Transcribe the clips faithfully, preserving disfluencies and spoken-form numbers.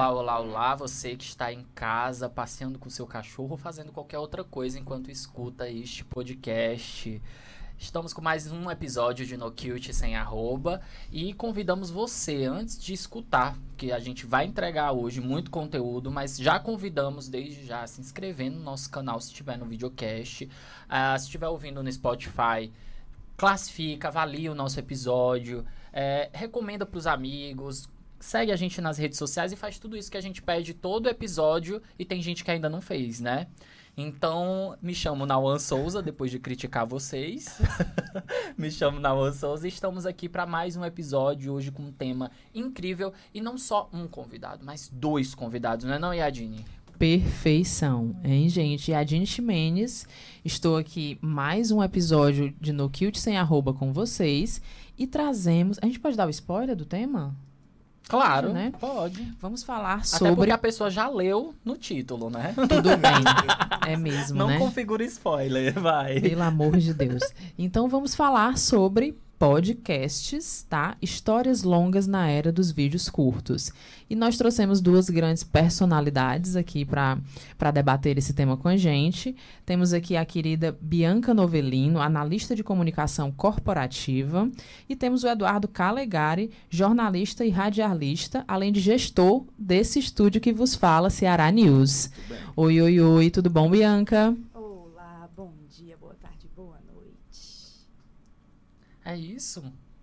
Olá, olá, olá, você que está em casa, passeando com seu cachorro ou fazendo qualquer outra coisa enquanto escuta este podcast. Estamos com mais um episódio de No Cute Sem Arroba e convidamos você, antes de escutar, que a gente vai entregar hoje muito conteúdo, mas já convidamos desde já a se inscrever no nosso canal se estiver no videocast. Uh, se estiver ouvindo no Spotify, classifica, avalia o nosso episódio, é, recomenda para os amigos, segue a gente nas redes sociais e faz tudo isso que a gente pede todo episódio e tem gente que ainda não fez, né? Então, me chamo Nauan Souza, depois de criticar vocês. Me chamo Nauan Souza e estamos aqui para mais um episódio hoje com um tema incrível. E não só um convidado, mas dois convidados, não é não, Yadine? Perfeição, hein, gente? Yadine Ximenes, estou aqui mais um episódio de No Cute Sem Arroba com vocês. E trazemos... A gente pode dar o spoiler do tema? Claro, pode, né? Pode. Vamos falar Até sobre... Até porque a pessoa já leu no título, né? Tudo bem, é mesmo, Não né? Não configura spoiler, vai. Pelo amor de Deus. Então, vamos falar sobre podcasts, tá? Histórias longas na era dos vídeos curtos. E nós trouxemos duas grandes personalidades aqui para para debater esse tema com a gente. Temos aqui a querida Bianca Novelino, analista de comunicação corporativa, e temos o Eduardo Calegari, jornalista e radialista, além de gestor desse estúdio que vos fala, Ceará News. Oi, oi, oi, tudo bom, Bianca? Olá, bom dia, boa tarde, boa noite. É isso?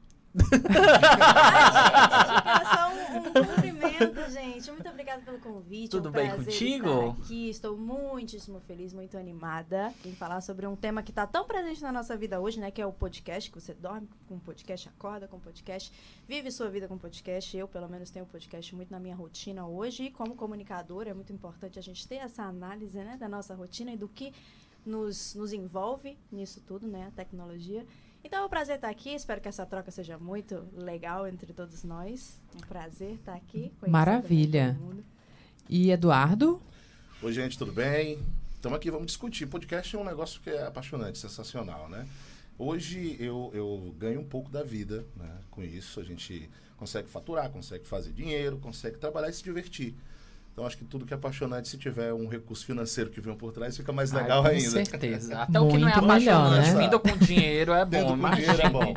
Ai, gente, só um, um cumprimento, gente. Muito obrigada pelo convite. Tudo é um bem prazer contigo? Estar aqui. Estou muitíssimo feliz, muito animada em falar sobre um tema que está tão presente na nossa vida hoje, né? Que é o podcast, que você dorme com podcast, acorda com podcast, vive sua vida com podcast. Eu, pelo menos, tenho podcast muito na minha rotina hoje. E como comunicadora, é muito importante a gente ter essa análise, né, da nossa rotina e do que nos, nos envolve nisso tudo, né? A tecnologia. Então é um prazer estar aqui, espero que essa troca seja muito legal entre todos nós. Um prazer estar aqui. Maravilha. Todo mundo. E Eduardo? Oi, gente, tudo bem? Estamos aqui, vamos discutir. Podcast é um negócio que é apaixonante, sensacional, né? Hoje eu, eu ganho um pouco da vida, né? Com isso a gente consegue faturar, consegue fazer dinheiro, consegue trabalhar e se divertir. Então, acho que tudo que é apaixonante, se tiver um recurso financeiro que vem por trás, fica mais legal Ai, com ainda. Com certeza. Até Muito o que não é melhor, apaixonante, né? vindo com dinheiro é bom. Com Imagina. dinheiro é bom.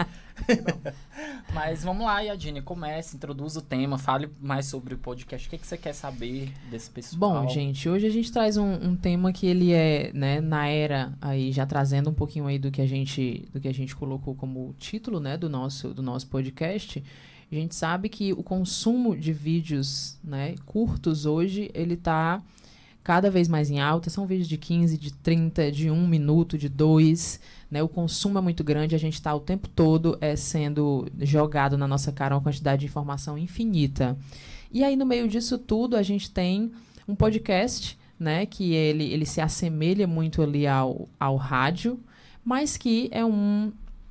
Mas vamos lá, Yadine, comece, introduza o tema, fale mais sobre o podcast. O que, que você quer saber desse pessoal? Bom, gente, hoje a gente traz um, um tema que ele é, né, na era, aí já trazendo um pouquinho aí do que a gente, do que a gente colocou como título, né, do nosso, do nosso podcast. A gente sabe que o consumo de vídeos, né, curtos hoje, ele está cada vez mais em alta. São vídeos de quinze, de trinta, de um minuto, de dois. Né, o consumo é muito grande. A gente está o tempo todo é, sendo jogado na nossa cara uma quantidade de informação infinita. E aí, no meio disso tudo, a gente tem um podcast, né, que ele, ele se assemelha muito ali ao, ao rádio, mas que é um,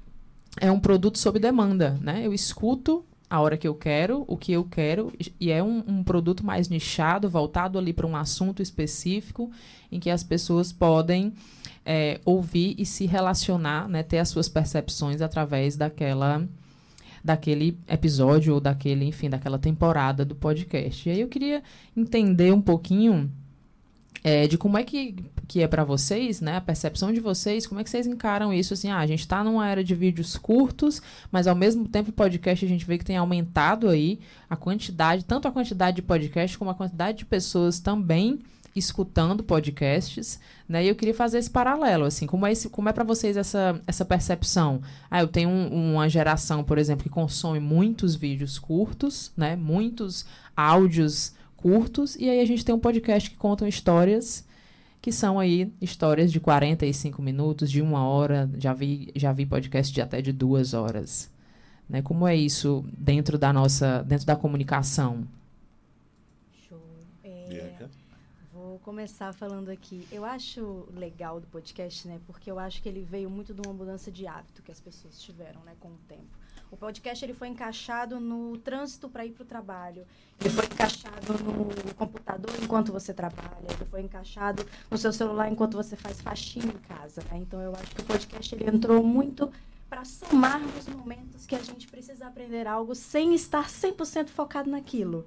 é um produto sob demanda. Né? Eu escuto a hora que eu quero, o que eu quero, e é um, um produto mais nichado, voltado ali para um assunto específico, em que as pessoas podem é, ouvir e se relacionar, né, ter as suas percepções através daquela, daquele episódio ou daquele, enfim, daquela temporada do podcast. E aí eu queria entender um pouquinho É, de como é que, que é para vocês, né, a percepção de vocês, como é que vocês encaram isso, assim, ah, a gente está numa era de vídeos curtos, mas ao mesmo tempo o podcast a gente vê que tem aumentado aí a quantidade, tanto a quantidade de podcasts como a quantidade de pessoas também escutando podcasts, né, e eu queria fazer esse paralelo, assim, como é, esse, como é para vocês essa, essa percepção? Ah, eu tenho um, uma geração, por exemplo, que consome muitos vídeos curtos, né, muitos áudios curtos, e aí a gente tem um podcast que contam histórias que são aí histórias de quarenta e cinco minutos, de uma hora, já vi, já vi podcast de até de duas horas. Né? Como é isso dentro da nossa, dentro da comunicação? Show. É, vou começar falando aqui. Eu acho legal do podcast, né? Porque eu acho que ele veio muito de uma mudança de hábito que as pessoas tiveram, né, com o tempo. O podcast ele foi encaixado no trânsito para ir para o trabalho. Ele foi encaixado no computador enquanto você trabalha. Ele foi encaixado no seu celular enquanto você faz faxina em casa. Né? Então, eu acho que o podcast ele entrou muito para somar nos momentos que a gente precisa aprender algo sem estar cem por cento focado naquilo.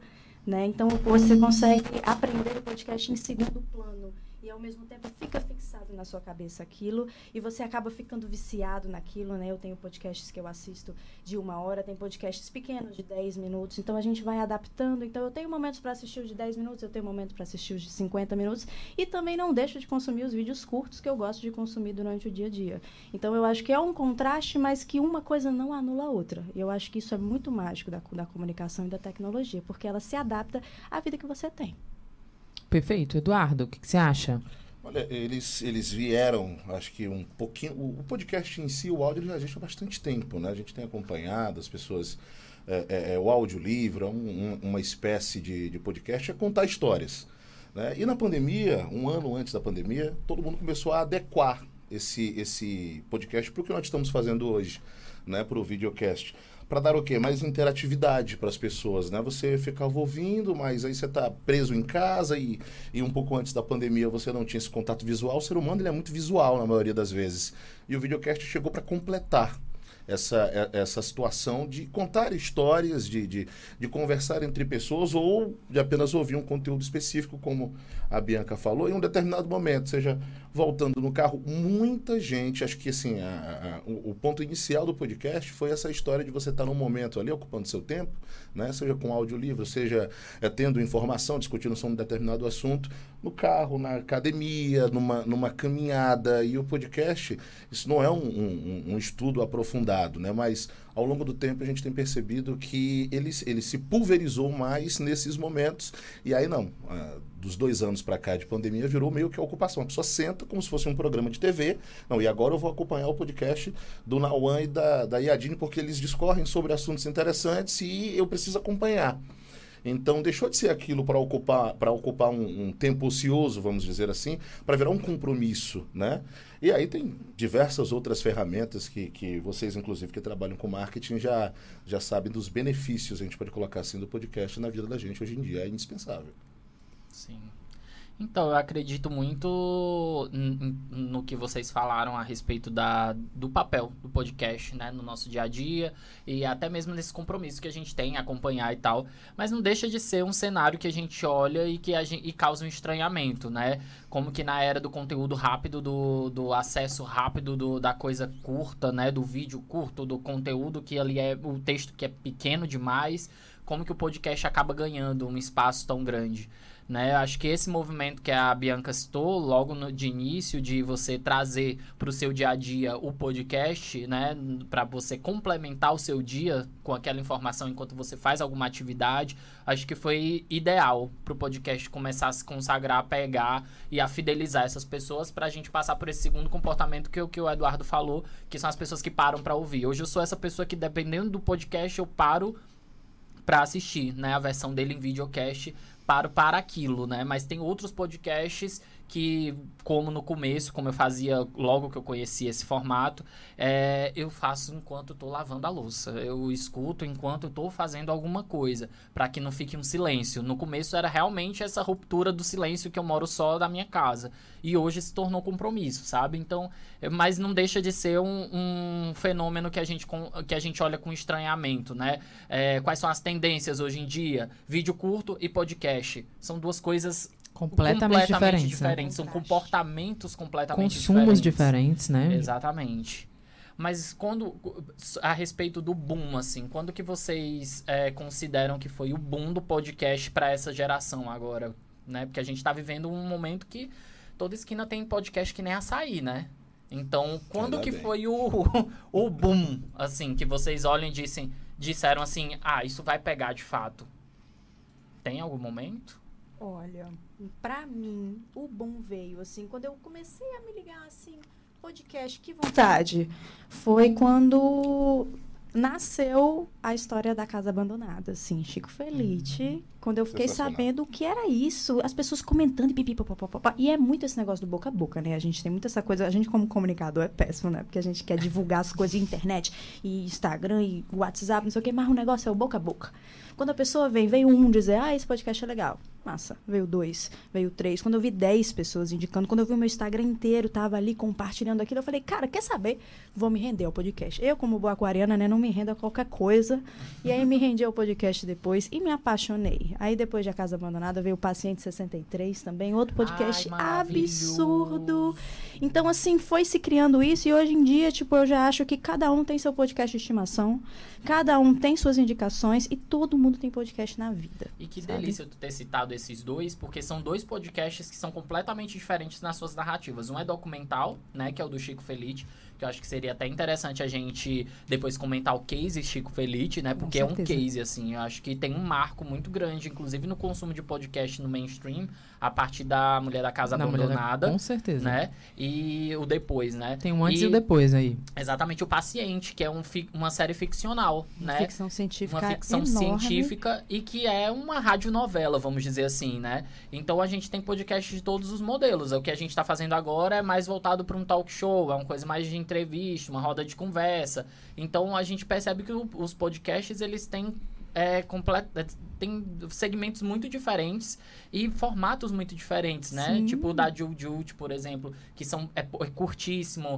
né? Então, você consegue aprender o podcast em segundo plano. E, ao mesmo tempo, fica fixado na sua cabeça aquilo. E você acaba ficando viciado naquilo, né? Eu tenho podcasts que eu assisto de uma hora. Tem podcasts pequenos de dez minutos. Então, a gente vai adaptando. Então, eu tenho momentos para assistir os de dez minutos. Eu tenho momentos para assistir os de cinquenta minutos. E também não deixo de consumir os vídeos curtos que eu gosto de consumir durante o dia a dia. Então, eu acho que é um contraste, mas que uma coisa não anula a outra. E eu acho que isso é muito mágico da, da comunicação e da tecnologia. Porque ela se adapta à vida que você tem. Perfeito. Eduardo, o que, que você acha? Olha, eles, eles vieram, acho que um pouquinho... O, o podcast em si, o áudio, ele já existe há bastante tempo, né? A gente tem acompanhado as pessoas... É, é, é, o audiolivro, um, um, uma espécie de, de podcast, é contar histórias, né? E na pandemia, um ano antes da pandemia, todo mundo começou a adequar esse, esse podcast para o que nós estamos fazendo hoje, né? Para o videocast. Para dar o quê? Mais interatividade para as pessoas, né? Você ficava ouvindo, mas aí você está preso em casa e, e um pouco antes da pandemia você não tinha esse contato visual. O ser humano, ele é muito visual na maioria das vezes. E o videocast chegou para completar essa, essa situação de contar histórias, de, de, de conversar entre pessoas ou de apenas ouvir um conteúdo específico, como a Bianca falou, em um determinado momento, seja voltando no carro. Muita gente, acho que assim, a, a, o, o ponto inicial do podcast foi essa história de você estar num momento ali, ocupando seu tempo, né? Seja com audiolivro, seja é, tendo informação, discutindo sobre um determinado assunto, no carro, na academia, numa, numa caminhada. E o podcast, isso não é um, um, um estudo aprofundado, né? Mas ao longo do tempo a gente tem percebido que ele, ele se pulverizou mais nesses momentos. E aí não, ah, dos dois anos para cá de pandemia virou meio que a ocupação. A pessoa senta como se fosse um programa de T V. Não, e agora eu vou acompanhar o podcast do Nauan e da, da Yadine, porque eles discorrem sobre assuntos interessantes e eu preciso acompanhar. Então, deixou de ser aquilo para ocupar, para ocupar um, um tempo ocioso, vamos dizer assim, para virar um compromisso, né? E aí tem diversas outras ferramentas que, que vocês, inclusive, que trabalham com marketing, já, já sabem dos benefícios, a gente pode colocar assim, do podcast na vida da gente hoje em dia. É indispensável. Sim. Então, eu acredito muito no que vocês falaram a respeito da, do papel do podcast, né, no nosso dia a dia e até mesmo nesse compromisso que a gente tem, acompanhar e tal, mas não deixa de ser um cenário que a gente olha e que a gente, e causa um estranhamento, né, como que na era do conteúdo rápido, do, do acesso rápido do, da coisa curta, né, do vídeo curto, do conteúdo que ali é o texto que é pequeno demais, como que o podcast acaba ganhando um espaço tão grande. Né? Acho que esse movimento que a Bianca citou logo no, de início, de você trazer para o seu dia a dia o podcast, né? Para você complementar o seu dia com aquela informação enquanto você faz alguma atividade, acho que foi ideal para o podcast começar a se consagrar, a pegar e a fidelizar essas pessoas, para a gente passar por esse segundo comportamento que, que o Eduardo falou, que são as pessoas que param para ouvir. Hoje eu sou essa pessoa que, dependendo do podcast, eu paro para assistir, né, a versão dele em videocast, paro para aquilo, né, mas tem outros podcasts que, como no começo, como eu fazia logo que eu conhecia esse formato, é, eu faço enquanto eu tô lavando a louça, eu escuto enquanto eu tô fazendo alguma coisa, para que não fique um silêncio. No começo era realmente essa ruptura do silêncio, que eu moro só da minha casa, e hoje se tornou compromisso, sabe? Então, mas não deixa de ser um, um fenômeno que a, gente, que a gente olha com estranhamento, né? É, quais são as tendências hoje em dia? Vídeo curto e podcast. São duas coisas completamente, completamente diferentes. diferentes. Né? São comportamentos completamente Consumos diferentes. diferentes, né? Exatamente. Mas quando, a respeito do boom, assim, quando que vocês é, consideram que foi o boom do podcast para essa geração agora, né? Porque a gente tá vivendo um momento que toda esquina tem podcast que nem açaí, né? Então, quando que foi o, o boom, assim, que vocês olham e dissem, disseram assim, ah, isso vai pegar de fato? Tem algum momento? Olha, pra mim, o boom veio, assim, quando eu comecei a me ligar, assim, podcast, que vontade. Foi quando nasceu a história da Casa Abandonada, assim, Chico Felice, quando eu fiquei sabendo o que era isso, as pessoas comentando, e pipi, papapá, e é muito esse negócio do boca a boca, né, a gente tem muito essa coisa, a gente como comunicador é péssimo, né, porque a gente quer divulgar as coisas na internet, e Instagram, e WhatsApp, não sei o que, mas o negócio é o boca a boca. Quando a pessoa vem, vem um dizer, ah, esse podcast é legal. Massa, veio dois, veio três. Quando eu vi dez pessoas indicando, quando eu vi o meu Instagram inteiro, tava ali compartilhando aquilo, eu falei, cara, quer saber? Vou me render ao podcast. Eu, como boa aquariana, né, não me rendo a qualquer coisa. E aí me rendi ao podcast depois e me apaixonei. Aí depois de A Casa Abandonada veio o Paciente sessenta e três também, outro podcast Ai, absurdo. Então, assim, foi se criando isso e hoje em dia, tipo, eu já acho que cada um tem seu podcast de estimação, cada um tem suas indicações e todo mundo tem podcast na vida. E que sabe? delícia tu ter citado esses dois, porque são dois podcasts que são completamente diferentes nas suas narrativas. Um é documental, né, que é o do Chico Felitti, que eu acho que seria até interessante a gente depois comentar o case Chico Felitti, né, porque é um case, assim, eu acho que tem um marco muito grande, inclusive no consumo de podcast no mainstream, a partir da Mulher da Casa Da Abandonada, mulher, com certeza. né, e o depois, né. Tem um antes e, e o depois aí. Exatamente, o Paciente, que é um fi- uma série ficcional, Uma né. ficção científica Uma ficção enorme. científica e que é uma radionovela, vamos dizer assim, né? Então a gente tem podcast de todos os modelos. O que a gente está fazendo agora é mais voltado para um talk show, é uma coisa mais de entrevista, uma roda de conversa. Então a gente percebe que o, os podcasts, eles têm é, complet... tem segmentos muito diferentes e formatos muito diferentes, né? Sim. Tipo o da Jul Jult, por exemplo, que são, é, é curtíssimo,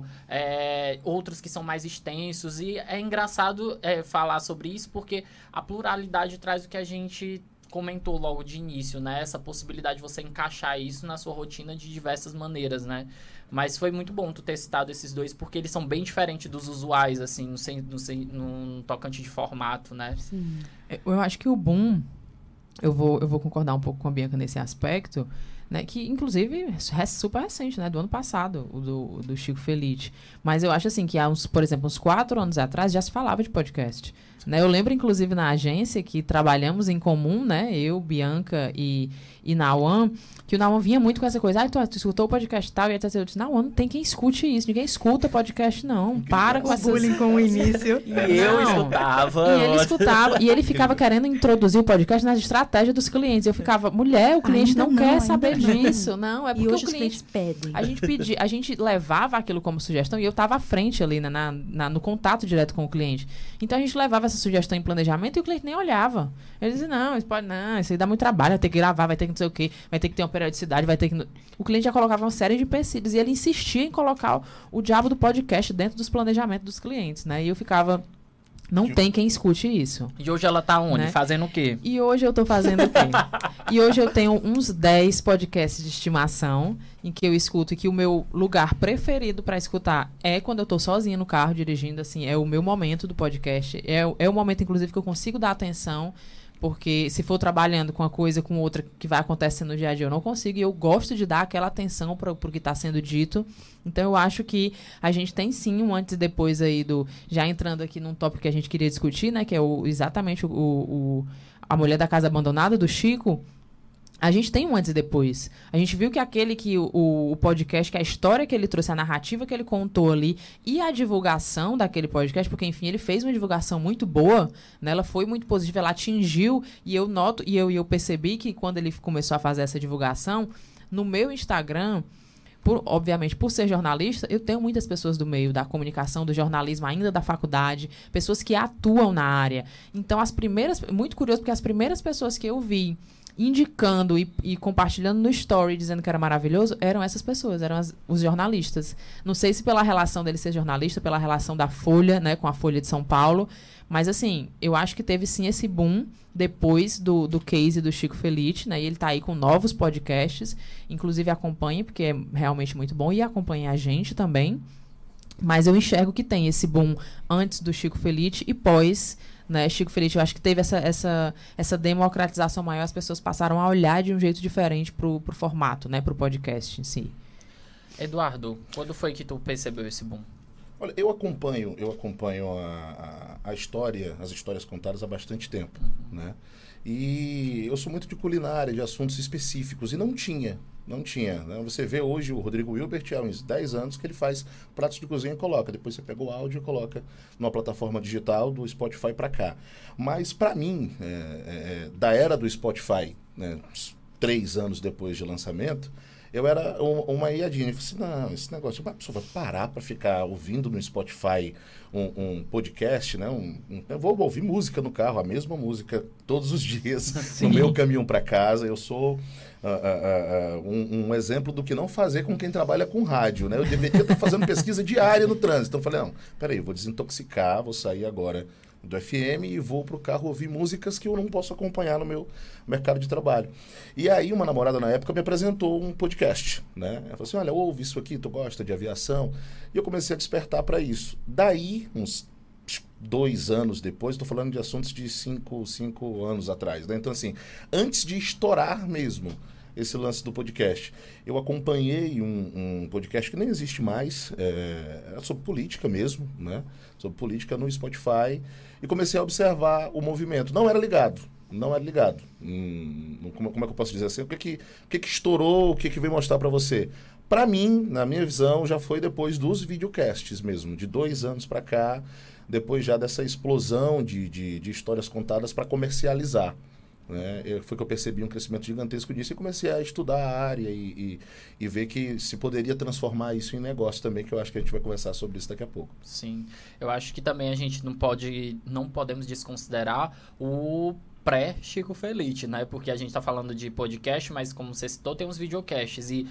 é, outros que são mais extensos. E é engraçado é, falar sobre isso porque a pluralidade traz o que a gente comentou logo de início, né? Essa possibilidade de você encaixar isso na sua rotina de diversas maneiras, né? Mas foi muito bom tu ter citado esses dois, porque eles são bem diferentes dos usuais, assim, no, sen- no, sen- no tocante de formato, né? Sim. Eu acho que o boom, eu vou, eu vou concordar um pouco com a Bianca nesse aspecto, né, que inclusive é super recente, né, do ano passado, o do, do Chico Felitti. Mas eu acho assim que há uns, por exemplo, uns quatro anos atrás já se falava de podcast. Né? Eu lembro, inclusive, na agência que trabalhamos em comum, né, eu, Bianca e, e Nauan, que o Nauan vinha muito com essa coisa, ah, tu, tu escutou o podcast tal, e etcétera. Eu disse, Nauan, não tem quem escute isso, ninguém escuta podcast, não. Para com O essas... bullying com o início. E eu Não. escutava. E ele escutava, e ele ficava querendo introduzir o podcast nas estratégias dos clientes. Eu ficava, mulher, o cliente Ainda não, não, quer ainda saber não. disso. Não, é E porque hoje o os cliente... clientes pedem. A gente, pedia, a gente levava aquilo como sugestão e eu estava à frente ali, né, na, na, no contato direto com o cliente. Então a gente levava essa sugestão em planejamento e o cliente nem olhava. Ele dizia, não, isso pode, não, isso aí dá muito trabalho, vai ter que gravar, vai ter que não sei o quê, vai ter que ter uma periodicidade, vai ter que... O cliente já colocava uma série de empecilhos e ele insistia em colocar o, o diabo do podcast dentro dos planejamentos dos clientes, né? E eu ficava... Não tem quem escute isso. E hoje ela tá onde? Né? Fazendo o quê? E hoje eu tô fazendo o quê? E hoje eu tenho uns dez podcasts de estimação em que eu escuto e que o meu lugar preferido para escutar é quando eu tô sozinha no carro dirigindo, assim, é o meu momento do podcast. É, é o momento, inclusive, que eu consigo dar atenção, porque se for trabalhando com uma coisa, com outra que vai acontecendo no dia a dia, eu não consigo, e eu gosto de dar aquela atenção para o que está sendo dito. Então, eu acho que a gente tem, sim, um antes e depois aí do... Já entrando aqui num tópico que a gente queria discutir, né? Que é o, exatamente o, o, a Mulher da Casa Abandonada, do Chico. A gente tem um antes e depois. A gente viu que aquele que o, o podcast, que a história que ele trouxe, a narrativa que ele contou ali e a divulgação daquele podcast, porque, enfim, ele fez uma divulgação muito boa, né? Ela foi muito positiva, ela atingiu, e eu noto, e eu, e eu percebi que quando ele começou a fazer essa divulgação, no meu Instagram, por, obviamente, por ser jornalista, eu tenho muitas pessoas do meio da comunicação, do jornalismo, ainda da faculdade, pessoas que atuam na área. Então, as primeiras... Muito curioso, porque as primeiras pessoas que eu vi indicando e, e compartilhando no story, dizendo que era maravilhoso, eram essas pessoas, eram as, os jornalistas. Não sei se pela relação dele ser jornalista, pela relação da Folha, né, com a Folha de São Paulo, mas assim, eu acho que teve sim esse boom depois do, do case do Chico Felitti, né, e ele tá aí com novos podcasts, inclusive acompanhe, porque é realmente muito bom, e acompanhe a gente também, mas eu enxergo que tem esse boom antes do Chico Felitti e pós, né, Chico Felitti. Eu acho que teve essa, essa, essa democratização maior, as pessoas passaram a olhar de um jeito diferente pro, pro formato, né, pro podcast em si. Eduardo, quando foi que tu percebeu esse boom? Olha, eu acompanho, eu acompanho a, a, a história, as histórias contadas há bastante tempo, né? E eu sou muito de culinária, de assuntos específicos, e não tinha, não tinha, né? Você vê hoje o Rodrigo Hilbert, há uns dez anos que ele faz pratos de cozinha e coloca, depois você pega o áudio e coloca numa plataforma digital do Spotify para cá. Mas para mim, é, é, da era do Spotify, né, três anos depois de lançamento, eu era um, uma iadinha. Eu falei assim, não, esse negócio, a pessoa vai parar para ficar ouvindo no Spotify um, um podcast, né? Um, um, eu vou ouvir música no carro, a mesma música, todos os dias, Sim. no meu caminho para casa. Eu sou uh, uh, uh, um, um exemplo do que não fazer com quem trabalha com rádio, né? Eu deveria estar fazendo pesquisa diária no trânsito. Então eu falei, não, peraí, vou desintoxicar, vou sair agora do F M e vou pro carro ouvir músicas que eu não posso acompanhar no meu mercado de trabalho. E aí uma namorada na época me apresentou um podcast, né? Ela falou assim, olha, ouve isso aqui, tu gosta de aviação? E eu comecei a despertar para isso. Daí, uns dois anos depois, estou falando de assuntos de cinco, cinco anos atrás, né? Então, assim, antes de estourar mesmo esse lance do podcast, eu acompanhei um, um podcast que nem existe mais, é, era sobre política mesmo, né? Sobre política no Spotify, e comecei a observar o movimento. Não era ligado, não era ligado. Hum, como, como é que eu posso dizer assim? O que que, o que, que estourou, o que, que veio mostrar para você? Para mim, na minha visão, já foi depois dos videocasts mesmo, de dois anos para cá, depois já dessa explosão de, de, de histórias contadas para comercializar. Né? Eu, foi que eu percebi um crescimento gigantesco disso e comecei a estudar a área e, e, e ver que se poderia transformar isso em negócio também, que eu acho que a gente vai conversar sobre isso daqui a pouco. Sim, eu acho que também a gente não pode, não podemos desconsiderar o pré-Chico Felice, né? Porque a gente tá falando de podcast, mas como você citou, tem uns videocasts e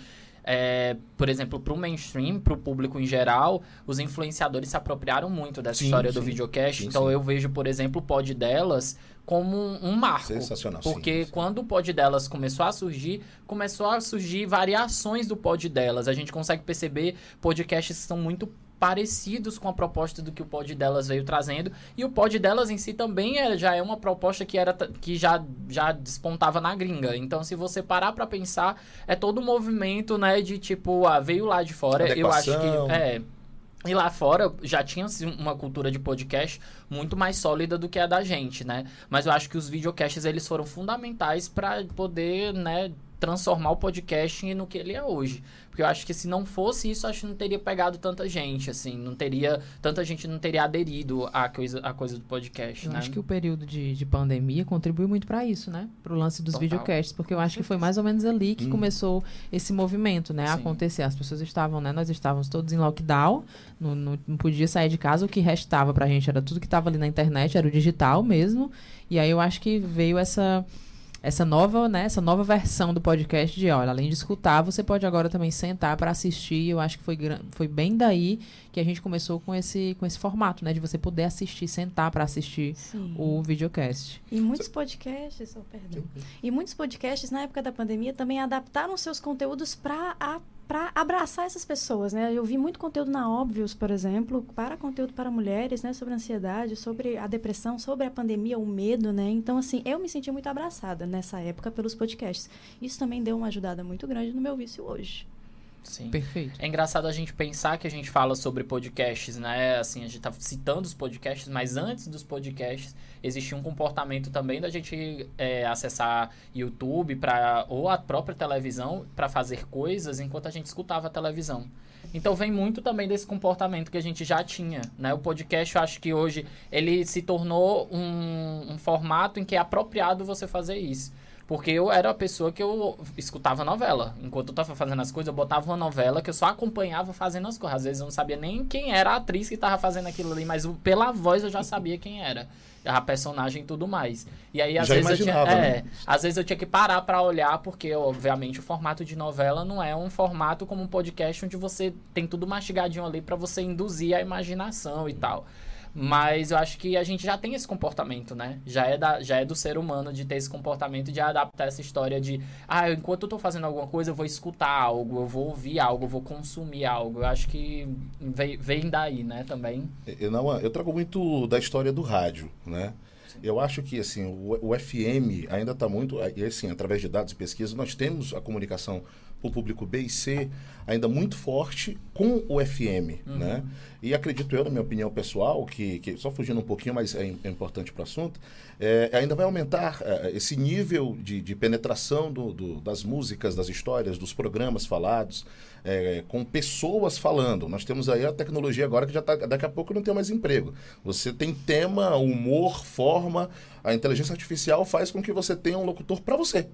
É, por exemplo, para o mainstream, para o público em geral, os influenciadores se apropriaram muito dessa Sim, história sim, do videocast. sim, então sim. eu vejo, por exemplo, o Pod Delas como um, um marco. Sensacional, Porque sim, sim. quando o Pod Delas começou a surgir, começou a surgir variações do Pod Delas. A gente consegue perceber podcasts que são muito parecidos com a proposta do que o Pod Delas veio trazendo, e o Pod Delas em si também é, já é uma proposta que, era, que já, já despontava na gringa. Então, se você parar pra pensar, é todo um movimento, né, de tipo, ah, veio lá de fora, Adequação. eu acho que é. E lá fora já tinha assim, uma cultura de podcast muito mais sólida do que a da gente, né? Mas eu acho que os videocasts, eles foram fundamentais para poder, né, transformar o podcast no que ele é hoje. Porque eu acho que se não fosse isso, acho que não teria pegado tanta gente, assim, não teria, tanta gente não teria aderido à coisa, à coisa do podcast, Eu né? acho que o período de, de pandemia contribuiu muito para isso, né? Para o lance dos Total. videocasts, porque eu acho que foi mais ou menos ali que Hum. começou esse movimento, né? A Sim. acontecer. As pessoas estavam, né? Nós estávamos todos em lockdown, não, não, não podia sair de casa, o que restava pra gente era tudo que estava ali na internet, era o digital mesmo. E aí eu acho que veio essa... Essa nova, né, essa nova versão do podcast de, olha, além de escutar, você pode agora também sentar para assistir. Eu acho que foi, foi bem daí que a gente começou com esse, com esse formato, né, de você poder assistir, sentar para assistir Sim. o videocast. E muitos podcasts, oh, perdão. E muitos podcasts na época da pandemia também adaptaram seus conteúdos para para abraçar essas pessoas, né? Eu vi muito conteúdo na Óbvios, por exemplo, para conteúdo para mulheres, né? Sobre a ansiedade, sobre a depressão, sobre a pandemia, o medo, né? Então, assim, eu me senti muito abraçada nessa época pelos podcasts. Isso também deu uma ajudada muito grande no meu vício hoje. Sim. Perfeito. É engraçado a gente pensar que a gente fala sobre podcasts, né? Assim, a gente tá citando os podcasts, mas antes dos podcasts existia um comportamento também da gente é, acessar YouTube pra, ou a própria televisão para fazer coisas enquanto a gente escutava a televisão. Então vem muito também desse comportamento que a gente já tinha, né? O podcast, eu acho que hoje ele se tornou um, um formato em que é apropriado você fazer isso. Porque eu era a pessoa que eu escutava novela. Enquanto eu tava fazendo as coisas, eu botava uma novela que eu só acompanhava fazendo as coisas. Às vezes eu não sabia nem quem era a atriz que tava fazendo aquilo ali, mas pela voz eu já sabia quem era. A personagem e tudo mais. E aí, às Já vezes eu tinha, imaginava, é, né? às vezes eu tinha que parar pra olhar, porque, obviamente, o formato de novela não é um formato como um podcast onde você tem tudo mastigadinho ali pra você induzir a imaginação e tal. Mas eu acho que a gente já tem esse comportamento, né? Já é, da, já é do ser humano de ter esse comportamento de adaptar essa história de, ah, enquanto eu tô fazendo alguma coisa, eu vou escutar algo, eu vou ouvir algo, eu vou consumir algo. Eu acho que vem, vem daí, né, também. Eu, não, eu trago muito da história do rádio, né? Eu acho que assim, o, o F M ainda está muito, e assim, através de dados e pesquisas, nós temos a comunicação para o público B e C ainda muito forte com o F M, Uhum. né? E acredito eu, na minha opinião pessoal, que, que só fugindo um pouquinho, mas é, é importante para o assunto, é, ainda vai aumentar é, esse nível de, de penetração do, do, das músicas, das histórias, dos programas falados, é, com pessoas falando. Nós temos aí a tecnologia agora que já tá, daqui a pouco não tem mais emprego. Você tem tema, humor, forma, a inteligência artificial faz com que você tenha um locutor para você.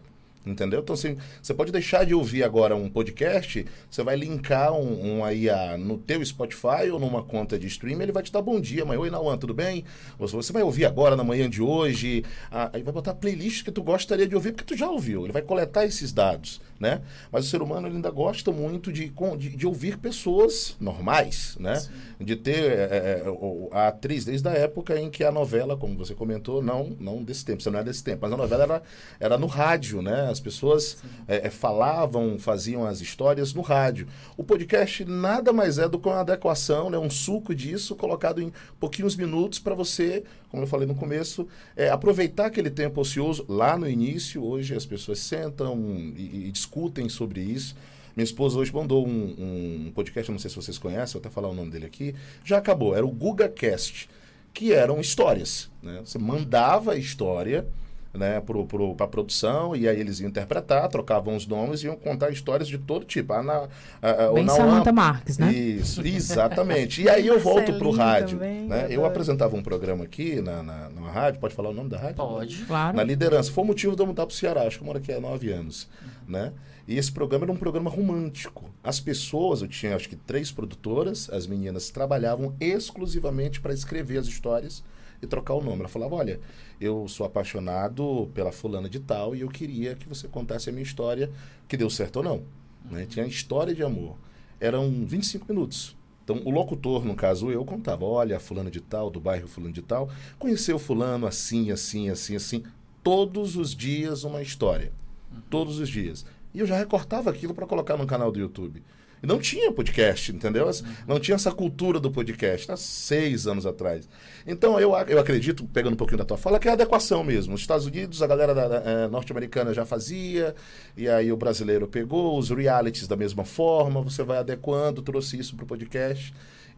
Entendeu? Então, assim, você pode deixar de ouvir agora um podcast, você vai linkar um, um aí a, no teu Spotify ou numa conta de streaming, ele vai te dar bom dia, mãe. Oi, Nauan, tudo bem? Você vai ouvir agora, na manhã de hoje, a, aí vai botar playlist que tu gostaria de ouvir, porque tu já ouviu. Ele vai coletar esses dados, né? Mas o ser humano, ele ainda gosta muito de, de, de ouvir pessoas normais, né? Sim. De ter é, a atriz, desde a época em que a novela, como você comentou, não, não desse tempo, você não é desse tempo, mas a novela era, era no rádio, né? As pessoas é, é, falavam, faziam as histórias no rádio. O podcast nada mais é do que uma adequação, né? Um suco disso colocado em pouquinhos minutos para você, como eu falei no começo, é, aproveitar aquele tempo ocioso lá no início. Hoje as pessoas sentam e, e discutem sobre isso. Minha esposa hoje mandou um, um podcast, não sei se vocês conhecem, vou até falar o nome dele aqui. Já acabou, era o GugaCast, que eram histórias, né? Você mandava a história, né, pro, pro, pra produção, e aí eles iam interpretar, trocavam os nomes e iam contar histórias de todo tipo. Ah, na, a, a, Bem Samantha Marques, né? Isso, exatamente. E aí eu volto pro rádio. Também, Né? Eu adoro. apresentava um programa aqui na, na, na rádio, pode falar o nome da rádio? Pode. Claro. Na Liderança. Foi o motivo de eu mudar pro Ceará, acho que eu moro aqui há nove anos. Né? E esse programa era um programa romântico. As pessoas, eu tinha acho que três produtoras, as meninas trabalhavam exclusivamente para escrever as histórias e trocar o nome. Ela falava, olha, eu sou apaixonado pela fulana de tal e eu queria que você contasse a minha história, que deu certo ou não. Uhum. Né? Tinha história de amor. Eram vinte e cinco minutos. Então, o locutor, no caso eu, contava, olha, a fulana de tal, do bairro fulano de tal, conheceu fulano assim, assim, assim, assim. Todos os dias uma história. Uhum. Todos os dias. E eu já recortava aquilo para colocar no canal do YouTube. E não tinha podcast, entendeu? Não tinha essa cultura do podcast, há seis anos atrás. Então, eu, eu acredito, pegando um pouquinho da tua fala, que é a adequação mesmo. Os Estados Unidos, a galera da, da, é, norte-americana já fazia, e aí o brasileiro pegou, os realities da mesma forma, você vai adequando, trouxe isso para o podcast,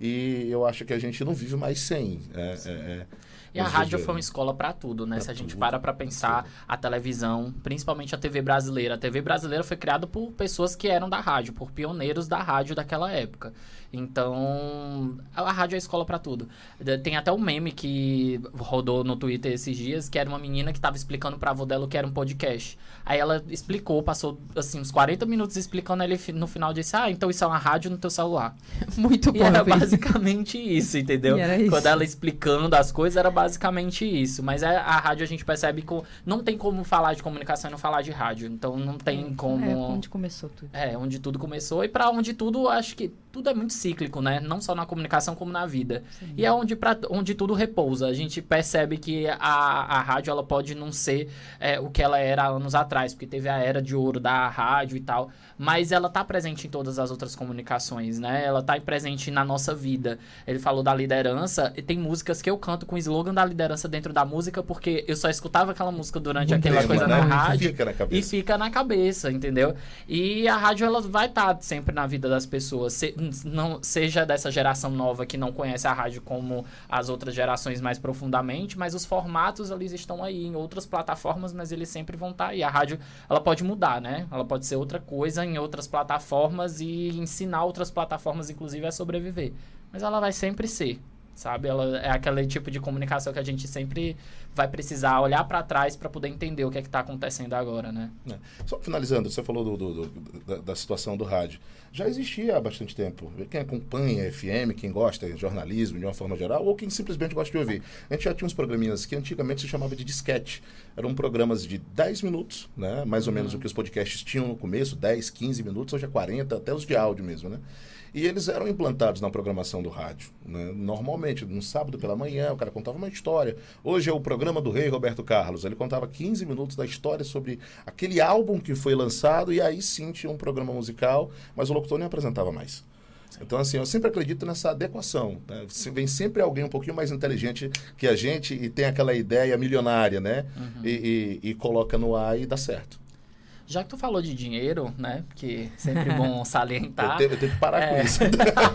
e eu acho que a gente não vive mais sem. É, é, é, E a rádio foi uma escola para tudo, né? Pra Se a gente tudo, para para pensar, tudo. a televisão, principalmente a T V brasileira. A T V brasileira foi criada por pessoas que eram da rádio, por pioneiros da rádio daquela época. Então, a rádio é a escola para tudo. Tem até um meme que rodou no Twitter esses dias, que era uma menina que estava explicando para a avó dela o que era um podcast. Aí ela explicou, passou assim uns quarenta minutos explicando, ele no final disse, ah, então isso é uma rádio no teu celular. Muito E bom. era Pedro. basicamente isso, entendeu? E era isso. Quando ela explicando as coisas, era basicamente isso. Mas a, a rádio a gente percebe que não tem como falar de comunicação e não falar de rádio. Então não tem como... É onde começou tudo. É, onde tudo começou. E pra onde tudo, acho que tudo é muito cíclico, né? Não só na comunicação, como na vida. Sim. E é onde, pra, onde tudo repousa. A gente percebe que a, a rádio, ela pode não ser é, o que ela era anos atrás, porque teve a era de ouro da rádio e tal, mas ela tá presente em todas as outras comunicações, né? Ela tá presente na nossa vida. Ele falou da liderança, e tem músicas que eu canto com o slogan da liderança dentro da música, porque eu só escutava aquela música durante Muito aquela tema, coisa né? na rádio. Fica na E cabeça. fica na cabeça, entendeu? E a rádio, ela vai estar sempre na vida das pessoas. Se, não, seja dessa geração nova que não conhece a rádio como as outras gerações mais profundamente, mas os formatos, eles estão aí em outras plataformas, mas eles sempre vão estar aí. A rádio, ela pode mudar, né? Ela pode ser outra coisa em outras plataformas e ensinar outras plataformas, inclusive, a sobreviver. Mas ela vai sempre ser, sabe? Ela é aquele tipo de comunicação que a gente sempre vai precisar olhar para trás para poder entender o que é que está acontecendo agora, né? É. Só finalizando, você falou do, do, do, da, da situação do rádio. Já existia há bastante tempo. Quem acompanha F M, quem gosta de jornalismo de uma forma geral, ou quem simplesmente gosta de ouvir. A gente já tinha uns programinhas que antigamente se chamava de disquete. Eram programas de dez minutos, né? Mais ou Uhum. menos o que os podcasts tinham no começo, dez, quinze minutos, hoje é quarenta, até os de áudio mesmo, né? E eles eram implantados na programação do rádio, né? Normalmente, no sábado pela manhã, o cara contava uma história. Hoje é o programa do rei Roberto Carlos. Ele contava quinze minutos da história sobre aquele álbum que foi lançado, e aí sim tinha um programa musical, mas o locutor nem apresentava mais. Então, assim, eu sempre acredito nessa adequação, né? Se- Vem sempre alguém um pouquinho mais inteligente que a gente e tem aquela ideia milionária, né? Uhum. E, e- e coloca no ar e dá certo. Já que tu falou de dinheiro, né? Que sempre bom salientar. Eu, te- eu tenho que parar com É. isso.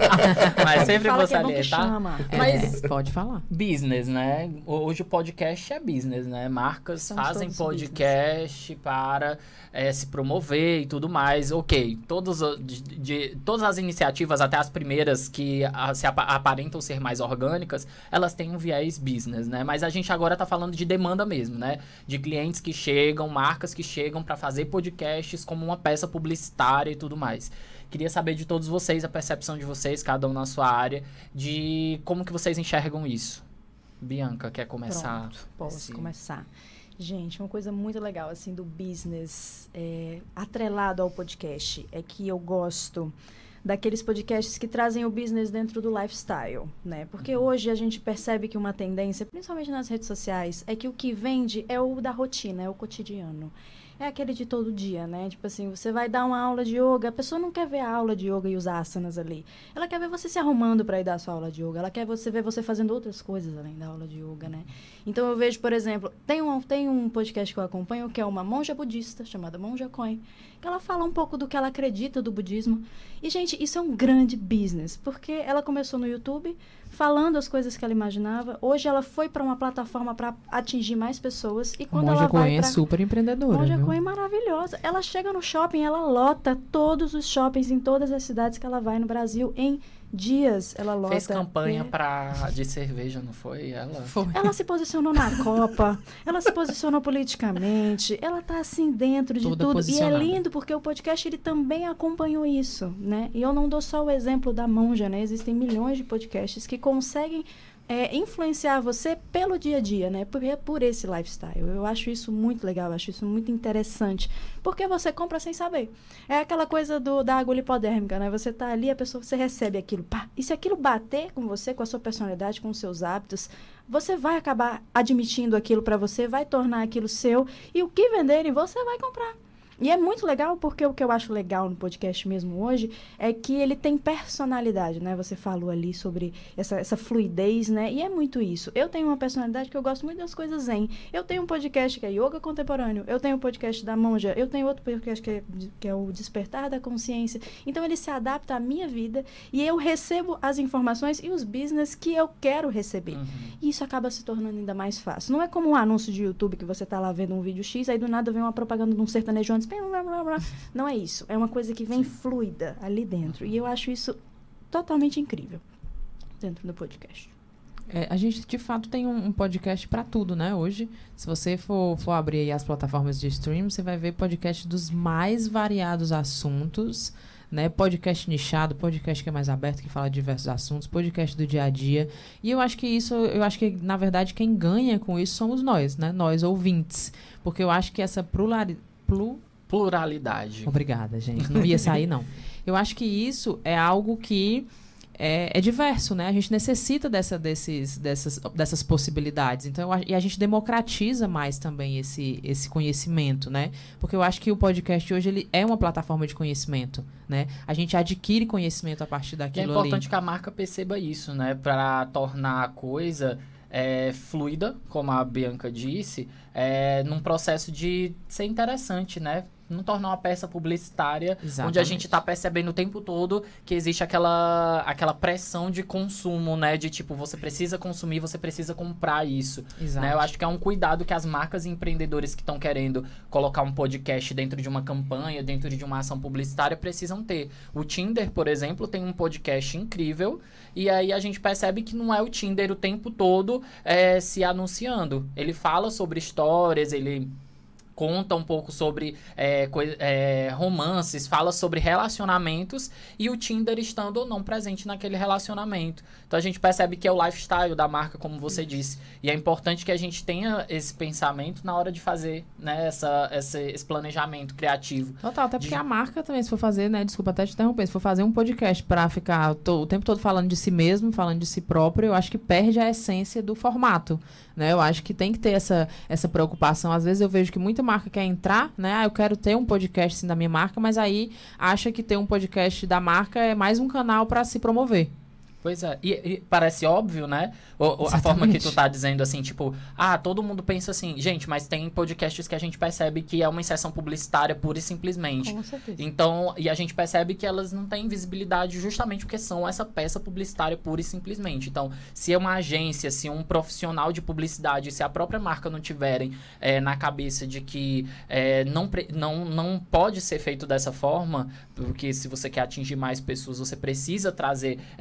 Mas sempre Fala vou que é bom que salientar. chama. Mas- É, pode falar. Business, né? Hoje o podcast é business, né? Marcas Somos fazem todos podcast para é, se promover e tudo mais. Ok, todos, o- de, de- todas as iniciativas, até as primeiras que a- se apa- aparentam ser mais orgânicas, elas têm um viés business, né? Mas a gente agora tá falando de demanda mesmo, né? De clientes que chegam, marcas que chegam para fazer podcasts como uma peça publicitária e tudo mais. Queria saber de todos vocês, a percepção de vocês, cada um na sua área, de como que vocês enxergam isso. Bianca, quer começar? Pronto, posso esse... começar. Gente, uma coisa muito legal, assim, do business é, atrelado ao podcast é que eu gosto daqueles podcasts que trazem o business dentro do lifestyle, né? Porque hoje a gente percebe que uma tendência, principalmente nas redes sociais, é que o que vende é o da rotina, é o cotidiano. É aquele de todo dia, né? Tipo assim, você vai dar uma aula de yoga, a pessoa não quer ver a aula de yoga e os asanas ali. Ela quer ver você se arrumando para ir dar a sua aula de yoga. Ela quer você ver você fazendo outras coisas além da aula de yoga, né? Então eu vejo, por exemplo, tem um, tem um podcast que eu acompanho que é uma monja budista chamada Monja Coin, que ela fala um pouco do que ela acredita do budismo. E, gente, isso é um grande business, porque ela começou no YouTube falando as coisas que ela imaginava. Hoje ela foi para uma plataforma para atingir mais pessoas. E quando Monja ela vai Coen é pra... super empreendedora. Monja viu? Coen é maravilhosa. Ela chega no shopping, ela lota todos os shoppings em todas as cidades que ela vai no Brasil em dias. Ela lota. Fez campanha é... pra... de cerveja, não foi? Ela Foi. Ela se posicionou na Copa, ela se posicionou politicamente, ela tá assim dentro de Toda tudo. E é posicionada. lindo porque o podcast ele também acompanhou isso, né? E eu não dou só o exemplo da Monja, né? Existem milhões de podcasts que conseguem é, influenciar você pelo dia a dia, né? Por, por esse lifestyle. Eu acho isso muito legal, eu acho isso muito interessante. Porque você compra sem saber. É aquela coisa do, da agulha hipodérmica, né? Você tá ali, a pessoa, você recebe aquilo, pá. E se aquilo bater com você, com a sua personalidade, com os seus hábitos, você vai acabar admitindo aquilo para você, vai tornar aquilo seu. E o que venderem, você vai comprar. E é muito legal, porque o que eu acho legal no podcast mesmo hoje é que ele tem personalidade, né? Você falou ali sobre essa, essa fluidez, né? E é muito isso. Eu tenho uma personalidade que eu gosto muito das coisas zen. Eu tenho um podcast que é Yoga Contemporâneo, eu tenho um podcast da Monja, eu tenho outro podcast que é, que é o Despertar da Consciência. Então, ele se adapta à minha vida e eu recebo as informações e os business que eu quero receber. Uhum. E isso acaba se tornando ainda mais fácil. Não é como um anúncio de YouTube que você tá lá vendo um vídeo X, aí do nada vem uma propaganda de um sertanejo antes. Blá, blá, blá. Não é isso. É uma coisa que vem fluida ali dentro. E eu acho isso totalmente incrível dentro do podcast. É, a gente, de fato, tem um, um podcast para tudo, né? Hoje, se você for, for abrir aí as plataformas de stream, você vai ver podcast dos mais variados assuntos, né? Podcast nichado, podcast que é mais aberto, que fala de diversos assuntos, podcast do dia a dia. E eu acho que isso, eu acho que, na verdade, quem ganha com isso somos nós, né? Nós, ouvintes. Porque eu acho que essa pluralidade... Plu, Pluralidade. Obrigada, gente. Não ia sair, não. Eu acho que isso é algo que é, é diverso, né? A gente necessita dessa, desses, dessas, dessas possibilidades. Então, eu, e a gente democratiza mais também esse, esse conhecimento, né? Porque eu acho que o podcast hoje ele é uma plataforma de conhecimento, né? A gente adquire conhecimento a partir daquilo ali. É importante ali. Que a marca perceba isso, né? Para tornar a coisa... É, fluida, como a Bianca disse, é, num processo de ser interessante, né? Não tornar uma peça publicitária. Exatamente. Onde a gente está percebendo o tempo todo que existe aquela, aquela pressão de consumo, né? De tipo, você precisa consumir, você precisa comprar isso. Né? Eu acho que é um cuidado que as marcas e empreendedores que estão querendo colocar um podcast dentro de uma campanha, dentro de uma ação publicitária, precisam ter. O Tinder, por exemplo, tem um podcast incrível e aí a gente percebe que não é o Tinder o tempo todo é, se anunciando. Ele fala sobre histórias, ele... conta um pouco sobre é, coi- é, romances, fala sobre relacionamentos e o Tinder estando ou não presente naquele relacionamento. Então a gente percebe que é o lifestyle da marca, como você disse. E é importante que a gente tenha esse pensamento na hora de fazer, né, essa, essa, esse planejamento criativo. Total, até porque de... a marca também, se for fazer, né, desculpa até te interromper, se for fazer um podcast pra ficar to- o tempo todo falando de si mesmo, falando de si próprio, eu acho que perde a essência do formato, né? Eu acho que tem que ter essa, essa preocupação. Às vezes eu vejo que muita marca quer entrar, né? Ah, eu quero ter um podcast assim, da minha marca, mas aí acha que ter um podcast da marca é mais um canal para se promover. Pois é, e, e parece óbvio, né? O, o, a forma que tu tá dizendo assim, tipo, ah, todo mundo pensa assim, gente, mas tem podcasts que a gente percebe que é uma inserção publicitária pura e simplesmente. Com certeza. Então, e a gente percebe que elas não têm visibilidade justamente porque são essa peça publicitária pura e simplesmente. Então, se é uma agência, se um profissional de publicidade, se a própria marca não tiverem é, na cabeça de que é, não, não, não pode ser feito dessa forma, porque se você quer atingir mais pessoas, você precisa trazer essa criatividade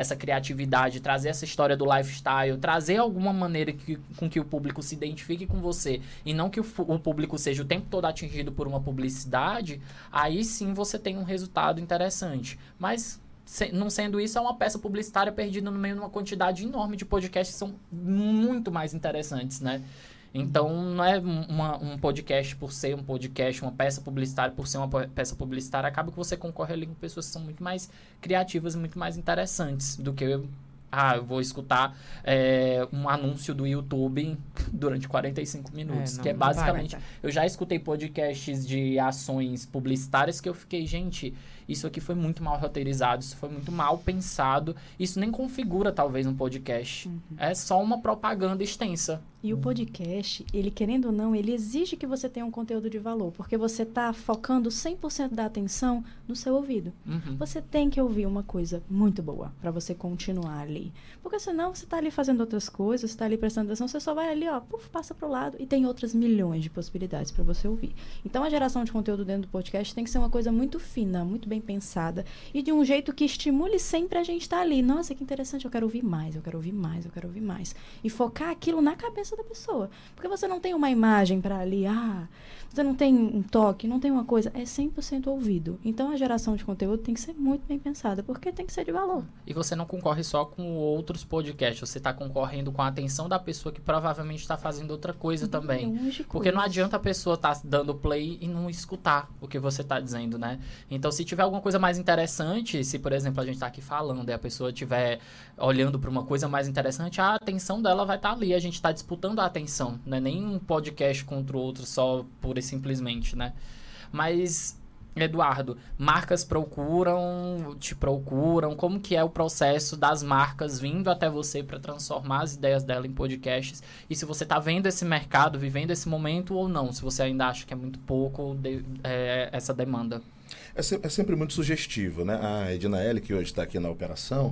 criatividade, trazer essa história do lifestyle, trazer alguma maneira que, com que o público se identifique com você e não que o, o público seja o tempo todo atingido por uma publicidade, aí sim você tem um resultado interessante. Mas, se, não sendo isso, é uma peça publicitária perdida no meio de uma quantidade enorme de podcasts que são muito mais interessantes, né? Então, não é uma, um podcast por ser um podcast, uma peça publicitária por ser uma peça publicitária, acaba que você concorre ali com pessoas que são muito mais criativas e muito mais interessantes do que eu, ah, eu vou escutar é, um anúncio do YouTube durante quarenta e cinco minutos, é, não, que é basicamente... Vai, vai. Eu já escutei podcasts de ações publicitárias que eu fiquei, gente, isso aqui foi muito mal roteirizado, isso foi muito mal pensado, isso nem configura talvez um podcast, uhum. É só uma propaganda extensa. E o podcast, ele querendo ou não, ele exige que você tenha um conteúdo de valor, porque você está focando cem por cento da atenção no seu ouvido. Uhum. Você tem que ouvir uma coisa muito boa para você continuar ali. Porque senão você está ali fazendo outras coisas, você está ali prestando atenção, você só vai ali, ó, puf, passa pro lado e tem outras milhões de possibilidades para você ouvir. Então a geração de conteúdo dentro do podcast tem que ser uma coisa muito fina, muito bem pensada e de um jeito que estimule sempre a gente estar tá ali. Nossa, que interessante, eu quero ouvir mais, eu quero ouvir mais, eu quero ouvir mais. E focar aquilo na cabeça da pessoa. Porque você não tem uma imagem para ali, ah, você não tem um toque, não tem uma coisa, é cem por cento ouvido. Então a geração de conteúdo tem que ser muito bem pensada, porque tem que ser de valor. E você não concorre só com outros podcasts, você está concorrendo com a atenção da pessoa que provavelmente está fazendo outra coisa Uhum, também. Porque não adianta a pessoa estar tá dando play e não escutar o que você está dizendo, né? Então se tiver alguma coisa mais interessante, se por exemplo a gente está aqui falando e a pessoa estiver olhando para uma coisa mais interessante, a atenção dela vai estar tá ali, a gente está disputando a atenção, não é nem um podcast contra o outro só pura e simplesmente, né? Mas, Eduardo, marcas procuram, te procuram, como que é o processo das marcas vindo até você para transformar as ideias dela em podcasts? E se você está vendo esse mercado, vivendo esse momento ou não, se você ainda acha que é muito pouco de, é, essa demanda? É, se, é sempre muito sugestivo, né? A Edna L, que hoje está aqui na operação,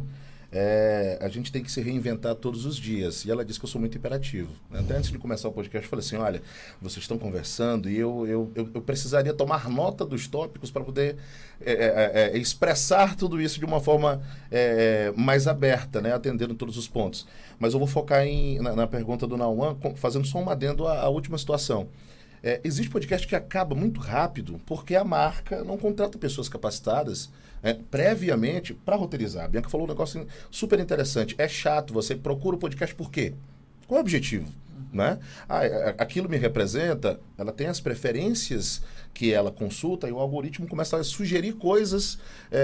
É, a gente tem que se reinventar todos os dias. E ela disse que eu sou muito imperativo. Até antes de começar o podcast, eu falei assim, olha, vocês estão conversando e eu, eu, eu, eu precisaria tomar nota dos tópicos para poder é, é, é, expressar tudo isso de uma forma é, mais aberta, né, atendendo todos os pontos. Mas eu vou focar em, na, na pergunta do Nauan, fazendo só um adendo à, à última situação. É, existe podcast que acaba muito rápido porque a marca não contrata pessoas capacitadas é, previamente para roteirizar. A Bianca falou um negócio super interessante. É chato, você procura o podcast por quê? Qual é o objetivo? Né? Ah, aquilo me representa, ela tem as preferências que ela consulta e o algoritmo começa a sugerir coisas,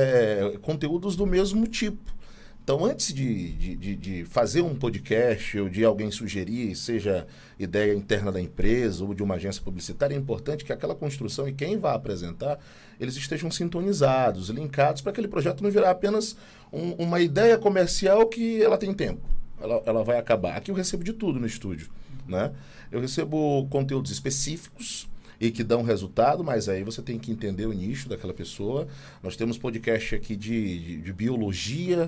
é, conteúdos do mesmo tipo. Então, antes de, de, de, de fazer um podcast ou de alguém sugerir, seja ideia interna da empresa ou de uma agência publicitária, é importante que aquela construção e quem vai apresentar, eles estejam sintonizados, linkados, para aquele projeto não virar apenas um, uma ideia comercial que ela tem tempo. Ela, ela vai acabar. Aqui eu recebo de tudo no estúdio. Né? Eu recebo conteúdos específicos e que dão resultado, mas aí você tem que entender o nicho daquela pessoa. Nós temos podcast aqui de, de, de biologia,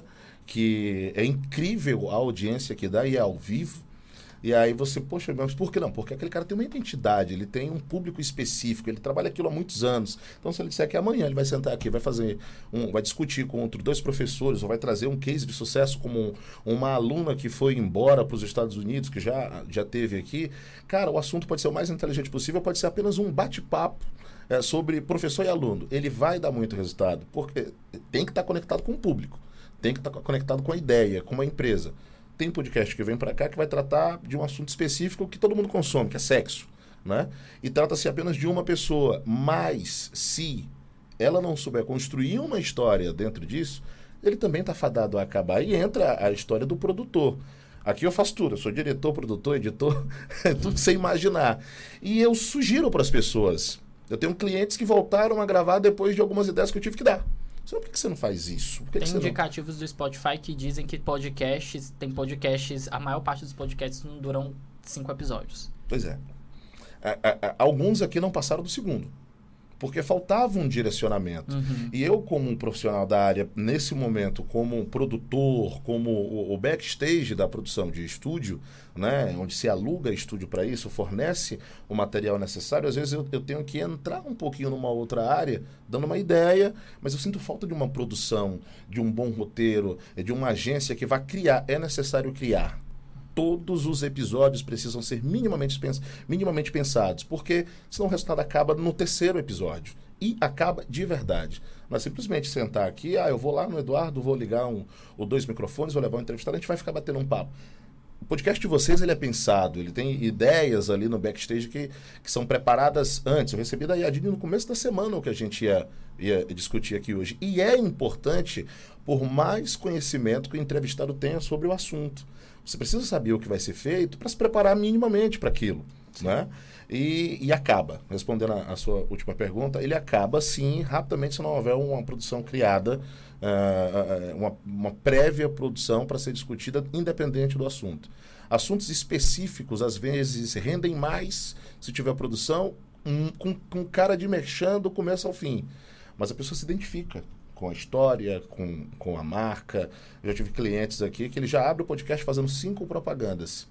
que é incrível a audiência que dá e é ao vivo. E aí você, poxa, mas por que não? Porque aquele cara tem uma identidade, ele tem um público específico, ele trabalha aquilo há muitos anos. Então, se ele disser que amanhã ele vai sentar aqui, vai fazer um, vai discutir com outros dois professores, ou vai trazer um case de sucesso como um, uma aluna que foi embora para os Estados Unidos, que já, já teve aqui, cara, o assunto pode ser o mais inteligente possível, pode ser apenas um bate-papo é, sobre professor e aluno. Ele vai dar muito resultado, porque tem que estar conectado com o público, tem que estar conectado com a ideia, com uma empresa. Tem podcast que vem para cá que vai tratar de um assunto específico que todo mundo consome, que é sexo, né? E trata-se apenas de uma pessoa. Mas, se ela não souber construir uma história dentro disso, ele também está fadado a acabar. E entra a história do produtor. Aqui eu faço tudo. Eu sou diretor, produtor, editor, tudo sem imaginar. E eu sugiro para as pessoas. Eu tenho clientes que voltaram a gravar depois de algumas ideias que eu tive que dar. Por que você não faz isso? Por que tem que você indicativos não... do Spotify que dizem que podcasts, tem podcasts, a maior parte dos podcasts não duram cinco episódios. Pois é. A, a, a, alguns aqui não passaram do segundo. Porque faltava um direcionamento. Uhum. E eu, como um profissional da área, nesse momento, como um produtor, como o, o backstage da produção de estúdio, né, onde se aluga estúdio para isso, fornece o material necessário, às vezes eu, eu tenho que entrar um pouquinho numa outra área, dando uma ideia, mas eu sinto falta de uma produção, de um bom roteiro, de uma agência que vai criar. É necessário criar. Todos os episódios precisam ser minimamente, pens minimamente pensados, porque senão o resultado acaba no terceiro episódio. E acaba de verdade. Não é simplesmente sentar aqui, ah, eu vou lá no Eduardo, vou ligar um ou dois microfones, vou levar um entrevistado, a gente vai ficar batendo um papo. O podcast de vocês, ele é pensado, ele tem ideias ali no backstage que, que são preparadas antes. Eu recebi da Yadine no começo da semana o que a gente ia, ia discutir aqui hoje. E é importante, por mais conhecimento que o entrevistado tenha sobre o assunto. Você precisa saber o que vai ser feito para se preparar minimamente para aquilo, né? E, e acaba, respondendo a, a sua última pergunta, ele acaba sim, rapidamente, se não houver uma produção criada, uh, uma, uma prévia produção para ser discutida independente do assunto. Assuntos específicos, às vezes, rendem mais se tiver produção um, com, com cara de merchan do começo ao fim. Mas a pessoa se identifica com a história, com, com a marca. Eu já tive clientes aqui que ele já abre o podcast fazendo cinco propagandas.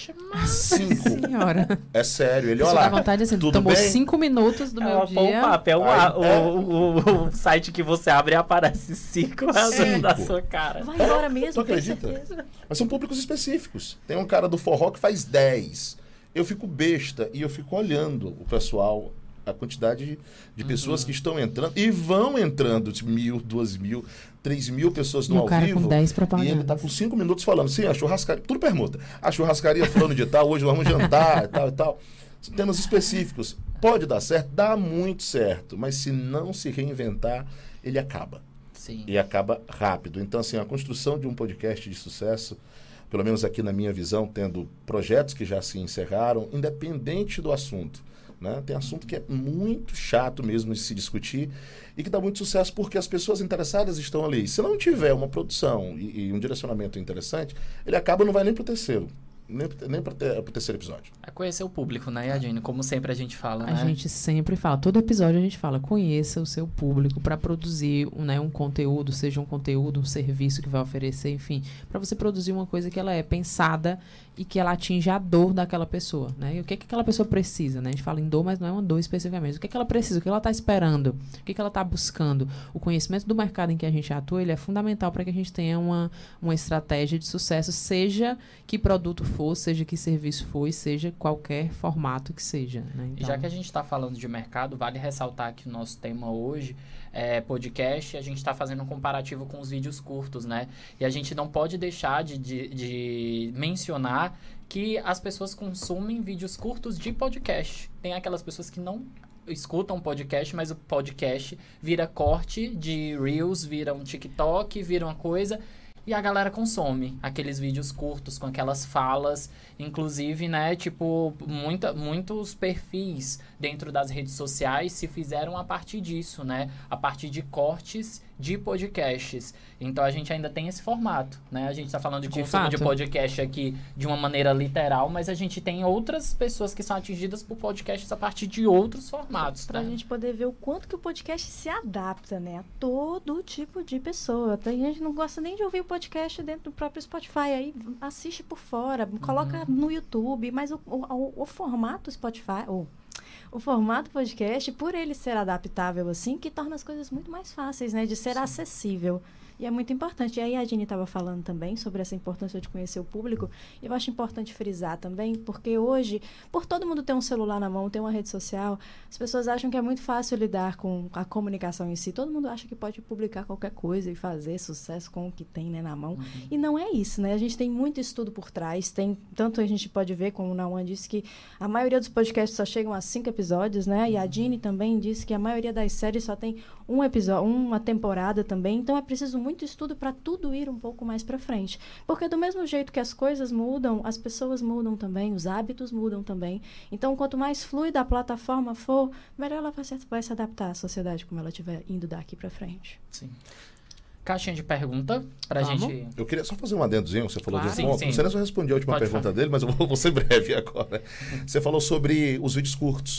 Cinco. Senhora. É sério. Ele, Isso olha lá, dá vontade assim, tudo tomou bem? cinco minutos do É meu uma dia. pop-up, é, um, Aí, o, é. O, o, o site que você abre e aparece cinco razões da sua cara. Vai embora mesmo, Tu tem acredita? certeza. Mas são públicos específicos. Tem um cara do forró que faz dez. Eu fico besta e eu fico olhando o pessoal, a quantidade de, de pessoas Uhum. que estão entrando e vão entrando de mil, duas mil, três mil pessoas E no o ao cara vivo. com dez E propagandas. ele tá com cinco minutos falando, sim, a churrascaria, tudo permuta. A churrascaria falando de tal, hoje vamos jantar e tal e tal. Temas específicos. Pode dar certo? Dá muito certo. Mas se não se reinventar, ele acaba. Sim. E acaba rápido. Então, assim, a construção de um podcast de sucesso, pelo menos aqui na minha visão, tendo projetos que já se encerraram, independente do assunto. Né? Tem assunto que é muito chato mesmo de se discutir e que dá muito sucesso porque as pessoas interessadas estão ali. Se não tiver uma produção e, e um direcionamento interessante, ele acaba, não vai nem para o terceiro. Nem, nem para o terceiro episódio. É conhecer o público, né, Yadine? Como sempre a gente fala, A né? gente sempre fala, todo episódio a gente fala, conheça o seu público para produzir um, né, um conteúdo, seja um conteúdo, um serviço que vai oferecer, enfim, para você produzir uma coisa que ela é pensada e que ela atinja a dor daquela pessoa, né? E o que é que aquela pessoa precisa, né? A gente fala em dor, mas não é uma dor especificamente. O que é que ela precisa, o que ela está esperando, o que é que ela está buscando. O conhecimento do mercado em que a gente atua, ele é fundamental para que a gente tenha uma, uma estratégia de sucesso, seja que produto for, seja que serviço for, e seja qualquer formato que seja, né? E Então, já que a gente está falando de mercado, vale ressaltar que o nosso tema hoje é podcast e a gente está fazendo um comparativo com os vídeos curtos, né? E a gente não pode deixar de, de, de mencionar que as pessoas consumem vídeos curtos de podcast. Tem aquelas pessoas que não escutam podcast, mas o podcast vira corte de Reels, vira um TikTok, vira uma coisa... E a galera consome aqueles vídeos curtos com aquelas falas, inclusive, né, tipo, muita, muitos perfis dentro das redes sociais se fizeram a partir disso, né, a partir de cortes de podcasts. Então a gente ainda tem esse formato, né, a gente tá falando de, De consumo de fato. podcast aqui de uma maneira literal, mas a gente tem outras pessoas que são atingidas por podcasts a partir de outros formatos, Pra né? gente poder ver o quanto que o podcast se adapta, né? A todo tipo de pessoa. Tem gente que não gosta nem de ouvir o podcast dentro do próprio Spotify. Aí assiste por fora, coloca no YouTube. Mas o, o, o formato Spotify... O, o formato podcast, por ele ser adaptável assim, que torna as coisas muito mais fáceis, né? De ser acessível. E é muito importante. E aí a Dini estava falando também sobre essa importância de conhecer o público. E eu acho importante frisar também, porque hoje, por todo mundo ter um celular na mão, ter uma rede social, as pessoas acham que é muito fácil lidar com a comunicação em si. Todo mundo acha que pode publicar qualquer coisa e fazer sucesso com o que tem, né, na mão. Uhum. E não é isso, né? A gente tem muito estudo por trás. Tem, tanto a gente pode ver, como o Nauan disse, que a maioria dos podcasts só chegam a cinco episódios, né? E a Dini também disse que a maioria das séries só tem um episódio, uma temporada também. Então é preciso muito muito estudo para tudo ir um pouco mais para frente. Porque do mesmo jeito que as coisas mudam, as pessoas mudam também, os hábitos mudam também. Então, quanto mais fluida a plataforma for, melhor ela vai se, vai se adaptar à sociedade como ela estiver indo daqui para frente. Sim. Caixinha de pergunta pra Vamos. gente... Eu queria só fazer um adendozinho, você falou Claro. de um ponto. Sim, sim. Você não só respondeu a última Pode pergunta falar. dele, mas eu vou, vou ser breve agora. Você falou sobre os vídeos curtos.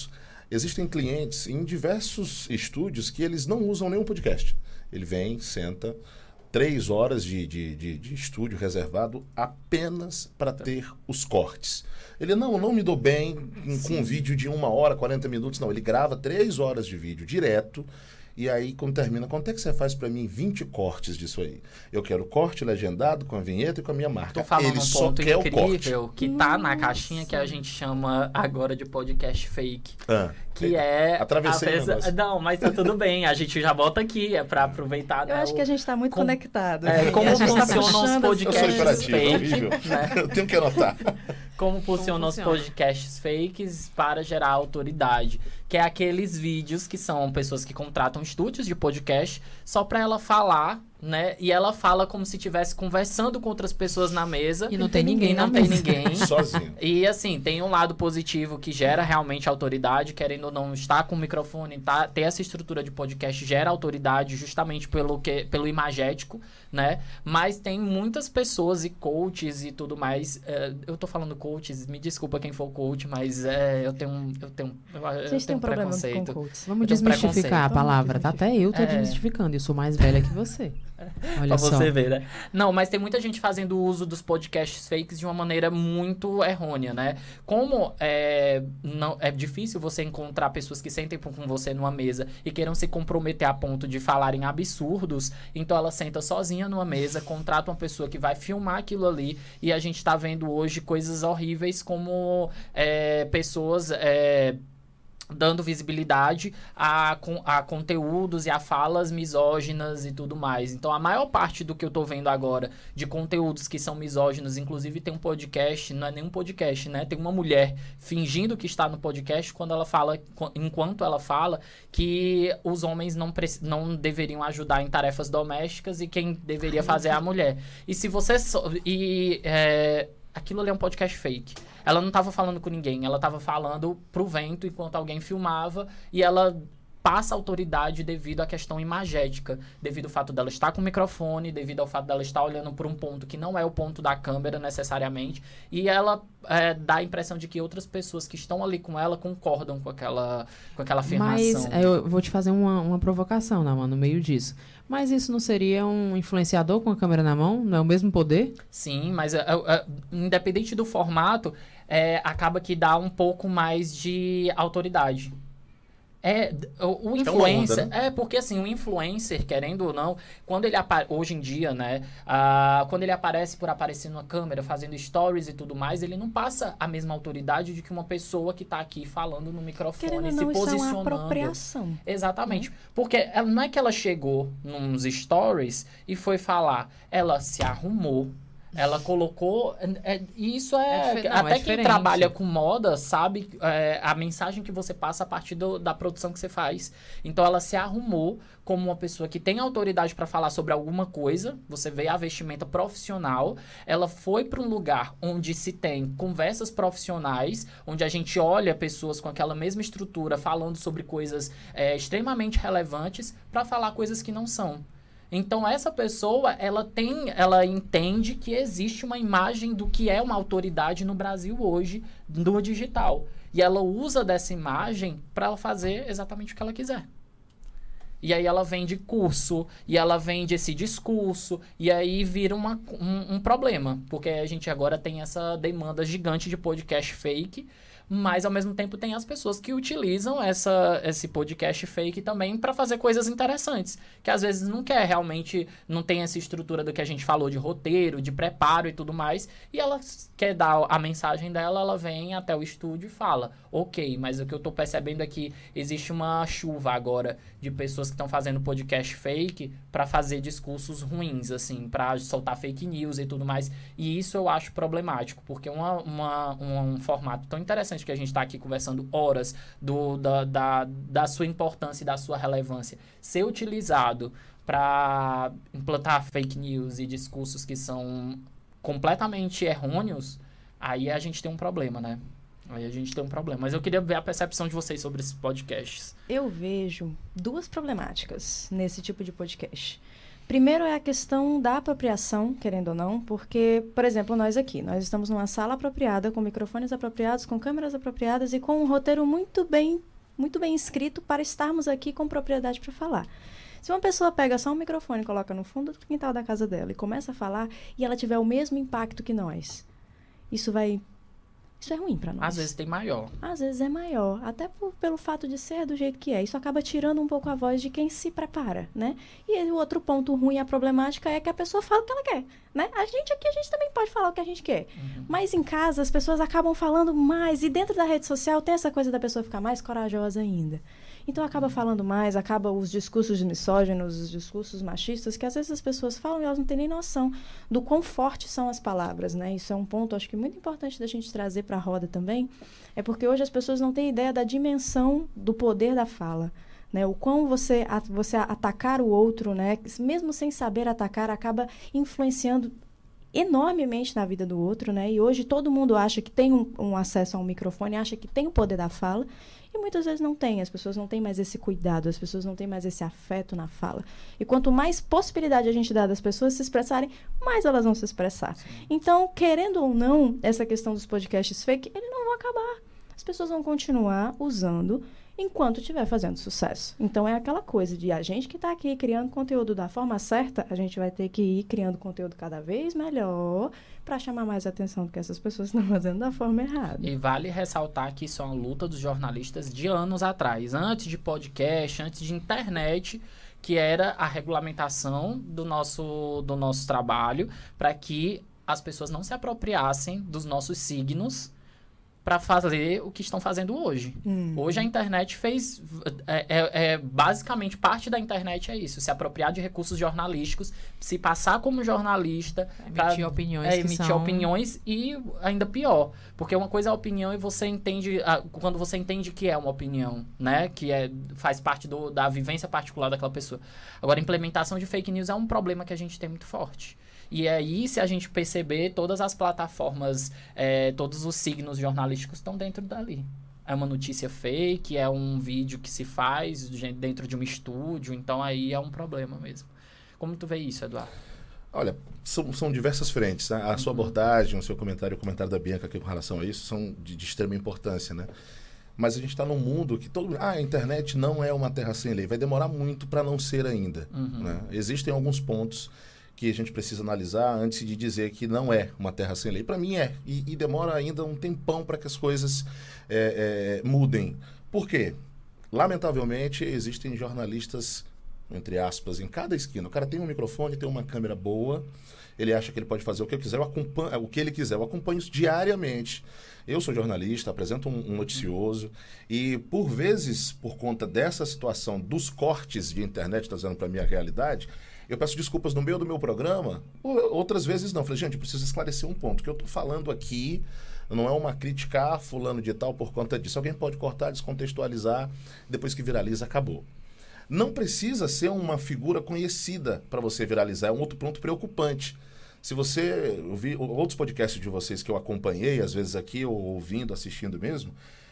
Existem clientes em diversos estúdios que eles não usam nenhum podcast. Ele vem, senta, três horas de, de, de, de estúdio reservado apenas para ter os cortes. Ele, não, não me dou bem com um vídeo de uma hora, quarenta minutos. Não, ele grava três horas de vídeo direto. E aí, quando termina, quanto é que você faz para mim vinte cortes disso aí? Eu quero corte legendado com a vinheta e com a minha marca. Tô falando Ele um só ponto quer incrível o corte. que tá na caixinha que a gente chama agora de podcast fake. Ah, Que é... Atravessei a o pesa- negócio. Não, mas tá tudo bem. A gente já volta aqui, é pra aproveitar. Eu né, acho o- que a gente tá muito com- conectado. É, assim, como a gente tá funcionam os puxando as Eu sou podcasts coisas. imperativo, é fake, horrível. né? Eu tenho que anotar. Como funcionam os funciona? podcasts fakes para gerar autoridade. Que é aqueles vídeos que são pessoas que contratam estúdios de podcast só para ela falar, né? E ela fala como se estivesse conversando com outras pessoas na mesa. E não tem ninguém e não na tem mesa. ninguém. Sozinho. E assim, tem um lado positivo que gera realmente autoridade, querendo ou não estar com o microfone, tá, ter essa estrutura de podcast gera autoridade justamente pelo, que, pelo imagético, né? Mas tem muitas pessoas e coaches e tudo mais. É, eu tô falando coaches, me desculpa quem for coach, mas é, eu tenho um. Eu tenho, eu, A eu gente tem tenho um problema preconceito. com coaches. Vamos Eu tenho um desmistificar a preconceito. palavra, tá? Até eu tô É. desmistificando. Eu sou mais velha que você. Olha Pra só. você ver, né? Não, mas tem muita gente fazendo uso dos podcasts fakes de uma maneira muito errônea, né? Como é, não, é difícil você encontrar pessoas que sentem com você numa mesa e queiram se comprometer a ponto de falarem absurdos, então ela senta sozinha numa mesa, contrata uma pessoa que vai filmar aquilo ali e a gente tá vendo hoje coisas horríveis como é, pessoas... É, dando visibilidade a, con- a conteúdos e a falas misóginas e tudo mais. Então, a maior parte do que eu tô vendo agora de conteúdos que são misóginos, inclusive tem um podcast, não é nem um podcast, né? Tem uma mulher fingindo que está no podcast quando ela fala, qu- enquanto ela fala que os homens não, preci- não deveriam ajudar em tarefas domésticas e quem deveria fazer é a mulher. E se você... So- e, é, aquilo ali é um podcast fake. Ela não tava falando com ninguém, ela tava falando pro vento enquanto alguém filmava e ela passa autoridade devido à questão imagética, devido ao fato dela estar com o microfone, devido ao fato dela estar olhando por um ponto que não é o ponto da câmera necessariamente, e ela é, dá a impressão de que outras pessoas que estão ali com ela concordam com aquela, com aquela afirmação. Mas é, eu vou te fazer uma, uma provocação, Naman, no meio disso. Mas isso não seria um influenciador com a câmera na mão? Não é o mesmo poder? Sim, mas é, é, é, independente do formato, é, acaba que dá um pouco mais de autoridade. É, o, o influencer, É uma onda, né? é porque assim, o influencer, querendo ou não, quando ele apa- hoje em dia, né, ah, quando ele aparece por aparecer numa câmera, fazendo stories e tudo mais, ele não passa a mesma autoridade de que uma pessoa que tá aqui falando no microfone, Querendo ou se não, isso é uma posicionando. apropriação. Exatamente. Porque ela, não é que ela chegou nos stories e foi falar. Ela se arrumou. Ela colocou. É, é- isso é. É dife- não, até é quem diferente. trabalha com moda sabe é, a mensagem que você passa a partir do- da produção que você faz. Então ela se arrumou como uma pessoa que tem autoridade para falar sobre alguma coisa. Você vê a vestimenta profissional. Ela foi para um lugar onde se tem conversas profissionais, onde a gente olha pessoas com aquela mesma estrutura falando sobre coisas é, extremamente relevantes para falar coisas que não são. Então essa pessoa, ela tem, ela entende que existe uma imagem do que é uma autoridade no Brasil hoje, no digital. E ela usa dessa imagem para fazer exatamente o que ela quiser. E aí ela vende curso, e ela vende esse discurso, e aí vira uma, um, um problema. Porque a gente agora tem essa demanda gigante de podcast fake, mas ao mesmo tempo tem as pessoas que utilizam essa, esse podcast fake também para fazer coisas interessantes, que às vezes não quer realmente, não tem essa estrutura do que a gente falou de roteiro, de preparo e tudo mais, e ela quer dar a mensagem dela, ela vem até o estúdio e fala, ok, mas o que eu tô percebendo é que existe uma chuva agora de pessoas que estão fazendo podcast fake para fazer discursos ruins, assim, para soltar fake news e tudo mais, e isso eu acho problemático, porque uma, uma, um, um formato tão interessante que a gente está aqui conversando horas do, da, da, da sua importância e da sua relevância ser utilizado para implantar fake news e discursos que são completamente errôneos, aí a gente tem um problema, né? Aí a gente tem um problema. Mas eu queria ver a percepção de vocês sobre esses podcasts. Eu vejo duas problemáticas nesse tipo de podcast. Primeiro é a questão da apropriação, querendo ou não, porque, por exemplo, nós aqui, nós estamos numa sala apropriada, com microfones apropriados, com câmeras apropriadas e com um roteiro muito bem muito bem escrito para estarmos aqui com propriedade para falar. Se uma pessoa pega só um microfone e coloca no fundo do quintal da casa dela e começa a falar e ela tiver o mesmo impacto que nós, isso vai... Isso é ruim para nós. Às vezes tem maior. Às vezes é maior, até por, pelo fato de ser do jeito que é. Isso acaba tirando um pouco a voz de quem se prepara, né? E o outro ponto ruim, a problemática, é que a pessoa fala o que ela quer, né? A gente aqui, a gente também pode falar o que a gente quer. Uhum. Mas em casa, as pessoas acabam falando mais. E dentro da rede social, tem essa coisa da pessoa ficar mais corajosa ainda. Então, acaba falando mais, acaba os discursos misóginos, os discursos machistas, que às vezes as pessoas falam e elas não têm nem noção do quão fortes são as palavras, né? Isso é um ponto, acho que muito importante da gente trazer para a roda também, é porque hoje as pessoas não têm ideia da dimensão do poder da fala, né? O quão você, a, você atacar o outro, né? Mesmo sem saber atacar, acaba influenciando enormemente na vida do outro, né? E hoje todo mundo acha que tem um, um acesso a um microfone, acha que tem o poder da fala, e muitas vezes não tem. As pessoas não têm mais esse cuidado, as pessoas não têm mais esse afeto na fala. E quanto mais possibilidade a gente dá das pessoas se expressarem, mais elas vão se expressar. Sim. Então, querendo ou não, essa questão dos podcasts fake, eles não vão acabar. As pessoas vão continuar usando enquanto estiver fazendo sucesso. Então, é aquela coisa de a gente que está aqui criando conteúdo da forma certa, a gente vai ter que ir criando conteúdo cada vez melhor para chamar mais atenção do que essas pessoas estão fazendo da forma errada. E vale ressaltar que isso é uma luta dos jornalistas de anos atrás, antes de podcast, antes de internet, que era a regulamentação do nosso, do nosso trabalho para que as pessoas não se apropriassem dos nossos signos para fazer o que estão fazendo hoje. Hum. Hoje a internet fez... É, é, é, basicamente, parte da internet é isso. Se apropriar de recursos jornalísticos, se passar como jornalista... Emitir pra, opiniões é, que emitir são... opiniões e ainda pior. Porque uma coisa é a opinião e você entende... Quando você entende que é uma opinião, né? Que é, faz parte do, da vivência particular daquela pessoa. Agora, a implementação de fake news é um problema que a gente tem muito forte. E aí, se a gente perceber, todas as plataformas, é, todos os signos jornalísticos estão dentro dali. É uma notícia fake, é um vídeo que se faz dentro de um estúdio, então aí é um problema mesmo. Como tu vê isso, Eduardo? Olha, são, são diversas frentes, né? A uhum. sua abordagem, o seu comentário, o comentário da Bianca aqui com relação a isso, são de, de extrema importância, né? Mas a gente está num mundo que todo ah, a internet não é uma terra sem lei. Vai demorar muito para não ser ainda. Uhum. Né? Existem alguns pontos que a gente precisa analisar antes de dizer que não é uma terra sem lei. Para mim é, e, e demora ainda um tempão para que as coisas é, é, mudem. Por quê? Lamentavelmente, existem jornalistas, entre aspas, em cada esquina. O cara tem um microfone, tem uma câmera boa, ele acha que ele pode fazer o que eu quiser, eu acompanho, o que ele quiser, eu acompanho isso diariamente. Eu sou jornalista, apresento um, um noticioso, e por vezes, por conta dessa situação dos cortes de internet, trazendo para a minha realidade, eu peço desculpas no meio do meu programa, outras vezes não. Falei, gente, eu preciso esclarecer um ponto. O que eu estou falando aqui não é uma crítica a fulano de tal por conta disso. Alguém pode cortar, descontextualizar, depois que viraliza, acabou. Não precisa ser uma figura conhecida para você viralizar. É um outro ponto preocupante. Se você ouvir outros podcasts de vocês que eu acompanhei, às vezes aqui, ou ouvindo, assistindo mesmo,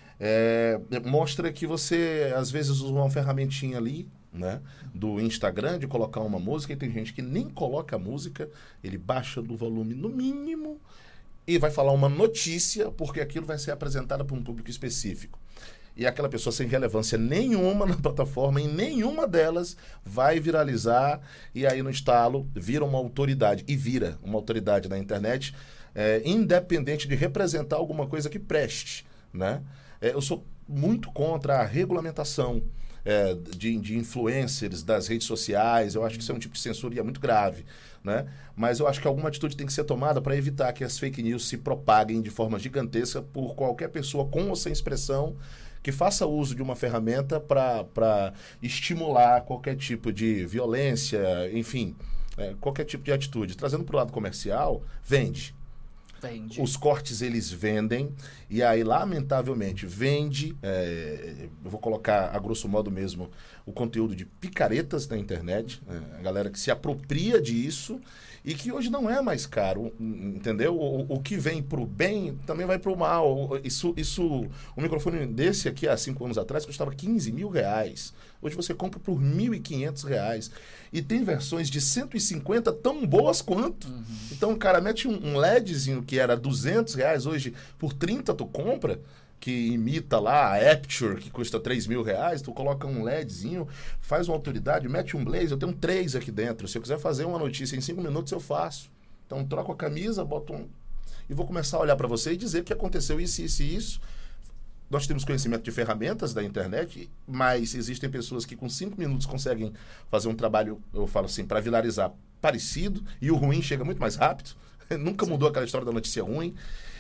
é, mostra que você, às vezes, usa uma ferramentinha ali, né, do Instagram, de colocar uma música, e tem gente que nem coloca a música, ele baixa do volume no mínimo e vai falar uma notícia, porque aquilo vai ser apresentado para um público específico. E aquela pessoa sem relevância nenhuma na plataforma, em nenhuma delas, vai viralizar, e aí no estalo vira uma autoridade, e vira uma autoridade na internet, é, independente de representar alguma coisa que preste, né? É, eu sou muito contra a regulamentação É, de, de influencers das redes sociais. Eu acho que isso é um tipo de censura e é muito grave, né? Mas eu acho que alguma atitude tem que ser tomada para evitar que as fake news se propaguem de forma gigantesca por qualquer pessoa com ou sem expressão que faça uso de uma ferramenta para estimular qualquer tipo de violência, enfim, é, qualquer tipo de atitude. Trazendo para o lado comercial, vende. Vende. Os cortes, eles vendem, e aí, lamentavelmente, vende, é, eu vou colocar a grosso modo mesmo, o conteúdo de picaretas na internet, é, a galera que se apropria disso, e que hoje não é mais caro, entendeu? O, o que vem pro bem também vai pro mal. Isso, isso, um microfone desse aqui, há cinco anos atrás, custava quinze mil reais. Hoje você compra por mil e quinhentos reais. E tem versões de cento e cinquenta tão boas quanto. Uhum. Então o cara mete um, um LEDzinho que era duzentos reais, hoje por trinta tu compra. que imita lá a Aperture, que custa três mil reais, tu coloca um LEDzinho, faz uma autoridade, mete um blazer, eu tenho três aqui dentro. Se eu quiser fazer uma notícia em cinco minutos, eu faço. Então, troco a camisa, boto um... E vou começar a olhar para você e dizer que aconteceu isso, isso e isso. Nós temos conhecimento de ferramentas da internet, mas existem pessoas que com cinco minutos conseguem fazer um trabalho, eu falo assim, para viralizar parecido, e o ruim chega muito mais rápido. Nunca Sim. mudou aquela história da notícia ruim.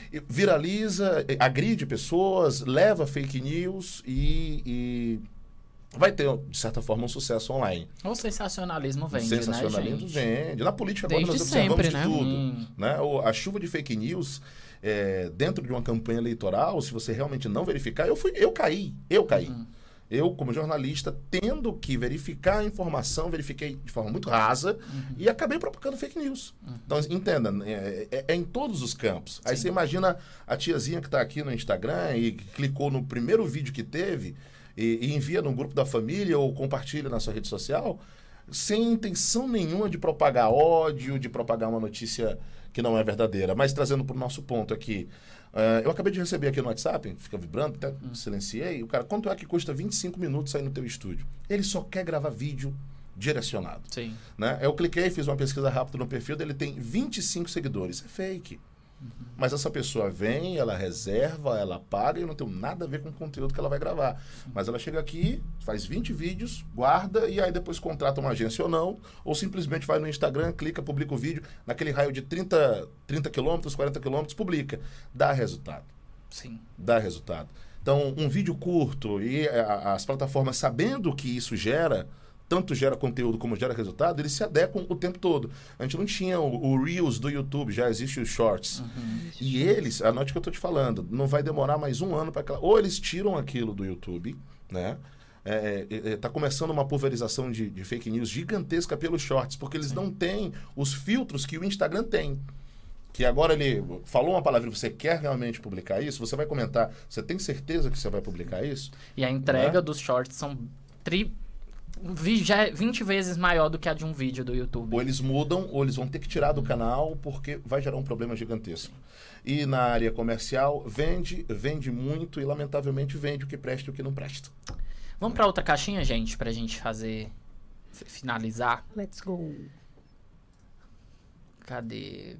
Viraliza, agride pessoas, leva fake news e, e vai ter, de certa forma, um sucesso online. O sensacionalismo vende, sensacionalismo né, gente? vende. Na política agora Desde nós observamos sempre, de né? tudo. Hum. Né? O, a chuva de fake news, é, dentro de uma campanha eleitoral, se você realmente não verificar, eu, fui, eu caí, eu caí. Uhum. Eu, como jornalista, tendo que verificar a informação, verifiquei de forma muito rasa uhum. e acabei propagando fake news. Uhum. Então, entenda, é, é, é em todos os campos. Sim. Aí você imagina a tiazinha que está aqui no Instagram e clicou no primeiro vídeo que teve e, e envia no grupo da família ou compartilha na sua rede social, sem intenção nenhuma de propagar ódio, de propagar uma notícia que não é verdadeira. Mas trazendo para o nosso ponto aqui, Uh, eu acabei de receber aqui no WhatsApp, fica vibrando, até hum. silenciei. O cara, quanto é que custa vinte e cinco minutos aí no teu estúdio? Ele só quer gravar vídeo direcionado. Sim. Né? Eu cliquei, fiz uma pesquisa rápida no perfil dele, tem vinte e cinco seguidores. É fake. Uhum. Mas essa pessoa vem, ela reserva, ela paga e eu não tenho nada a ver com o conteúdo que ela vai gravar. Uhum. Mas ela chega aqui, faz vinte vídeos, guarda e aí depois contrata uma agência ou não, ou simplesmente vai no Instagram, clica, publica o vídeo, naquele raio de trinta, trinta quilômetros, quarenta quilômetros, publica. Dá resultado. Sim. Dá resultado. Então, um vídeo curto e a, as plataformas sabendo que isso gera, tanto gera conteúdo como gera resultado, eles se adequam o tempo todo. A gente não tinha o, o Reels do YouTube, já existe os Shorts. Uhum. E eles, anote o que eu estou te falando, não vai demorar mais um ano para... Ou eles tiram aquilo do YouTube, né? É, é, é, tá começando uma pulverização de, de fake news gigantesca pelos Shorts, porque eles Sim. não têm os filtros que o Instagram tem. Que agora ele falou uma palavra e você quer realmente publicar isso, você vai comentar, você tem certeza que você vai publicar isso? E a entrega né? dos Shorts são tri... vinte vezes maior do que a de um vídeo do YouTube. Ou eles mudam, ou eles vão ter que tirar do canal, porque vai gerar um problema gigantesco. E na área comercial, vende, vende muito e, lamentavelmente, vende o que presta e o que não presta. Vamos para outra caixinha, gente, pra gente fazer... finalizar. Let's go. Cadê...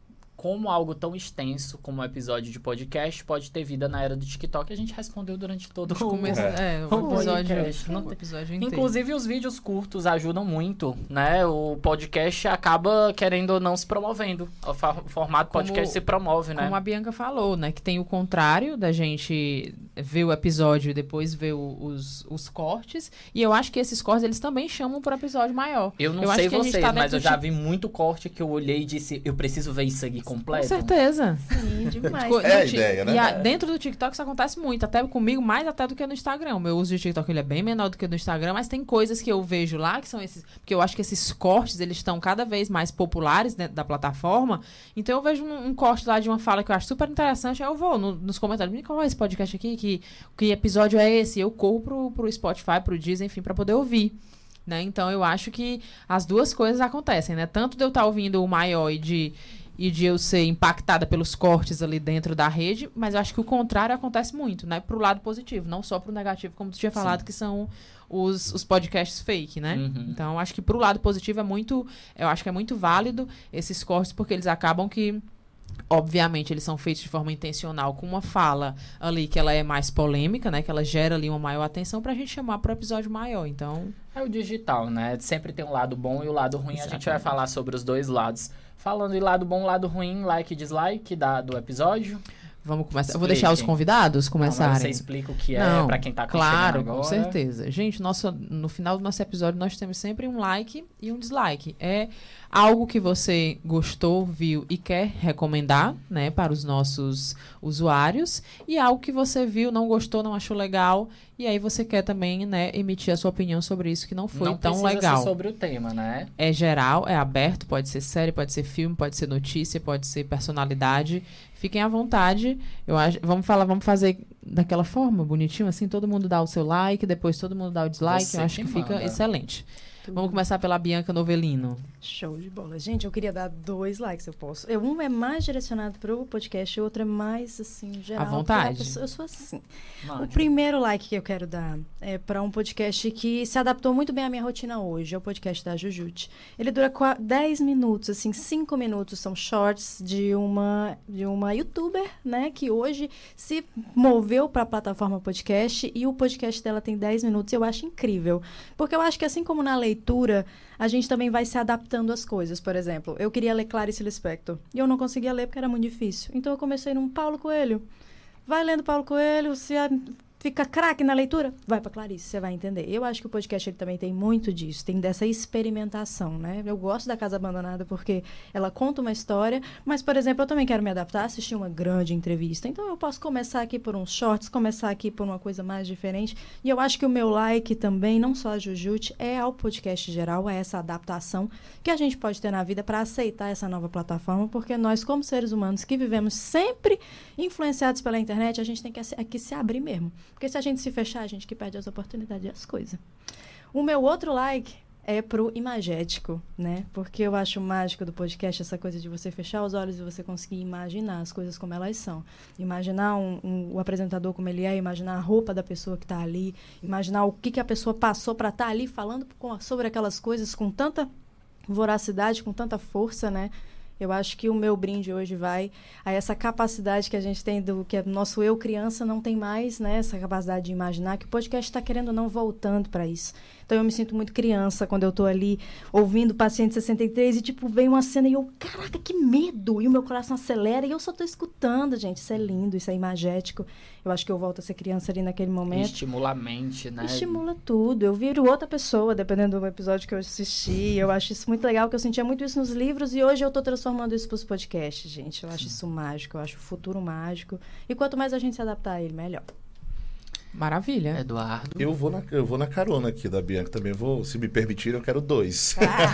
Como algo tão extenso como um episódio de podcast pode ter vida na era do TikTok? A gente respondeu durante todo o começo. É, o episódio, não, o episódio inteiro. Inclusive, os vídeos curtos ajudam muito, né? O podcast acaba, querendo ou não, se promovendo. O, o formato como, podcast se promove, né? Como a Bianca falou, né? Que tem o contrário da gente ver o episódio e depois ver o, os, os cortes. E eu acho que esses cortes, eles também chamam para episódio maior. Eu não eu sei vocês, tá mas eu já de... vi muito corte que eu olhei e disse, eu preciso ver isso aqui completo. Com certeza. Sim, demais. É a ideia, né? E a, dentro do TikTok isso acontece muito, até comigo, mais até do que no Instagram. O meu uso de TikTok ele é bem menor do que no Instagram, mas tem coisas que eu vejo lá, que são esses... Porque eu acho que esses cortes, eles estão cada vez mais populares dentro da plataforma. Então eu vejo um, um corte lá de uma fala que eu acho super interessante, aí eu vou no, nos comentários, me qual é esse podcast aqui? Que, que episódio é esse? Eu corro pro, pro Spotify, pro Deezer, enfim, pra poder ouvir. Né? Então eu acho que as duas coisas acontecem, né? Tanto de eu estar ouvindo o maior e de... e de eu ser impactada pelos cortes ali dentro da rede, mas eu acho que o contrário acontece muito, né? Pro lado positivo, não só pro negativo, como tu tinha falado, Sim. que são os, os podcasts fake, né? Uhum. Então, eu acho que pro lado positivo é muito... Eu acho que é muito válido esses cortes, porque eles acabam que... Obviamente, eles são feitos de forma intencional, com uma fala ali que ela é mais polêmica, né? Que ela gera ali uma maior atenção pra gente chamar pro episódio maior, então... É o digital, né? Sempre tem um lado bom e o lado ruim. Exatamente. A gente vai falar sobre os dois lados. Falando em lado bom, lado ruim, like e dislike da, do episódio. Vamos começar. Explique. Eu vou deixar os convidados começarem. Não, você explica o que é Não, pra quem tá claro, agora. Com certeza. Gente, nosso, no final do nosso episódio nós temos sempre um like e um dislike. É algo que você gostou, viu e quer recomendar, né, para os nossos usuários, e algo que você viu, não gostou, não achou legal, e aí você quer também, né, emitir a sua opinião sobre isso que não foi não tão legal. legal. Ser sobre o tema, né? É geral, é aberto, pode ser série, pode ser filme, pode ser notícia, pode ser personalidade. Fiquem à vontade. Eu acho, vamos falar, vamos fazer daquela forma, bonitinho, assim, todo mundo dá o seu like, depois todo mundo dá o dislike. Você eu acho que que fica manda. excelente. Vamos começar pela Bianca Novelino. Show de bola. Gente, eu queria dar dois likes, eu posso. Eu, um é mais direcionado para o podcast, o outro é mais, assim, geral. À vontade. Pessoa, eu sou assim. Mano. O primeiro like que eu quero dar é para um podcast que se adaptou muito bem à minha rotina hoje. É o podcast da Jujute. Ele dura dez minutos, assim, cinco minutos. São shorts de uma, de uma youtuber, né? Que hoje se moveu para a plataforma podcast e o podcast dela tem dez minutos. Eu acho incrível. Porque eu acho que assim como na leitura, a gente também vai se adaptando às coisas. Por exemplo, eu queria ler Clarice Lispector e eu não conseguia ler porque era muito difícil. Então eu comecei num Paulo Coelho. Vai lendo Paulo Coelho, se a... fica craque na leitura, vai para Clarice, você vai entender. Eu acho que o podcast ele também tem muito disso, tem dessa experimentação, né? Eu gosto da Casa Abandonada porque ela conta uma história, mas, por exemplo, eu também quero me adaptar, assistir uma grande entrevista. Então, eu posso começar aqui por uns shorts, começar aqui por uma coisa mais diferente. E eu acho que o meu like também, não só a Jujute, é ao podcast geral, é essa adaptação que a gente pode ter na vida para aceitar essa nova plataforma, porque nós, como seres humanos que vivemos sempre influenciados pela internet, a gente tem que, que se abrir mesmo. Porque se a gente se fechar, a gente que perde as oportunidades e as coisas. O meu outro like é pro imagético, né? Porque eu acho mágico do podcast essa coisa de você fechar os olhos e você conseguir imaginar as coisas como elas são. Imaginar um, um, o apresentador como ele é, imaginar a roupa da pessoa que está ali, imaginar o que, que a pessoa passou para estar tá ali falando com, sobre aquelas coisas com tanta voracidade, com tanta força, né? Eu acho que o meu brinde hoje vai a essa capacidade que a gente tem, do que o nosso eu criança não tem mais, né? Essa capacidade de imaginar, que o podcast está querendo ou não voltando para isso. Então, eu me sinto muito criança quando eu tô ali ouvindo Paciente sessenta e três e, tipo, vem uma cena e eu, caraca, que medo! E o meu coração acelera e eu só tô escutando, gente. Isso é lindo, isso é imagético. Eu acho que eu volto a ser criança ali naquele momento. Estimula a mente, né? Estimula tudo. Eu viro outra pessoa, dependendo do episódio que eu assisti. Eu acho isso muito legal, porque eu sentia muito isso nos livros e hoje eu tô transformando isso pros podcasts, gente. Eu acho isso mágico, eu acho o futuro mágico. E quanto mais a gente se adaptar a ele, melhor. Maravilha. Eduardo. Eu vou, na, eu vou na carona aqui da Bianca também. Vou, se me permitirem, eu quero dois.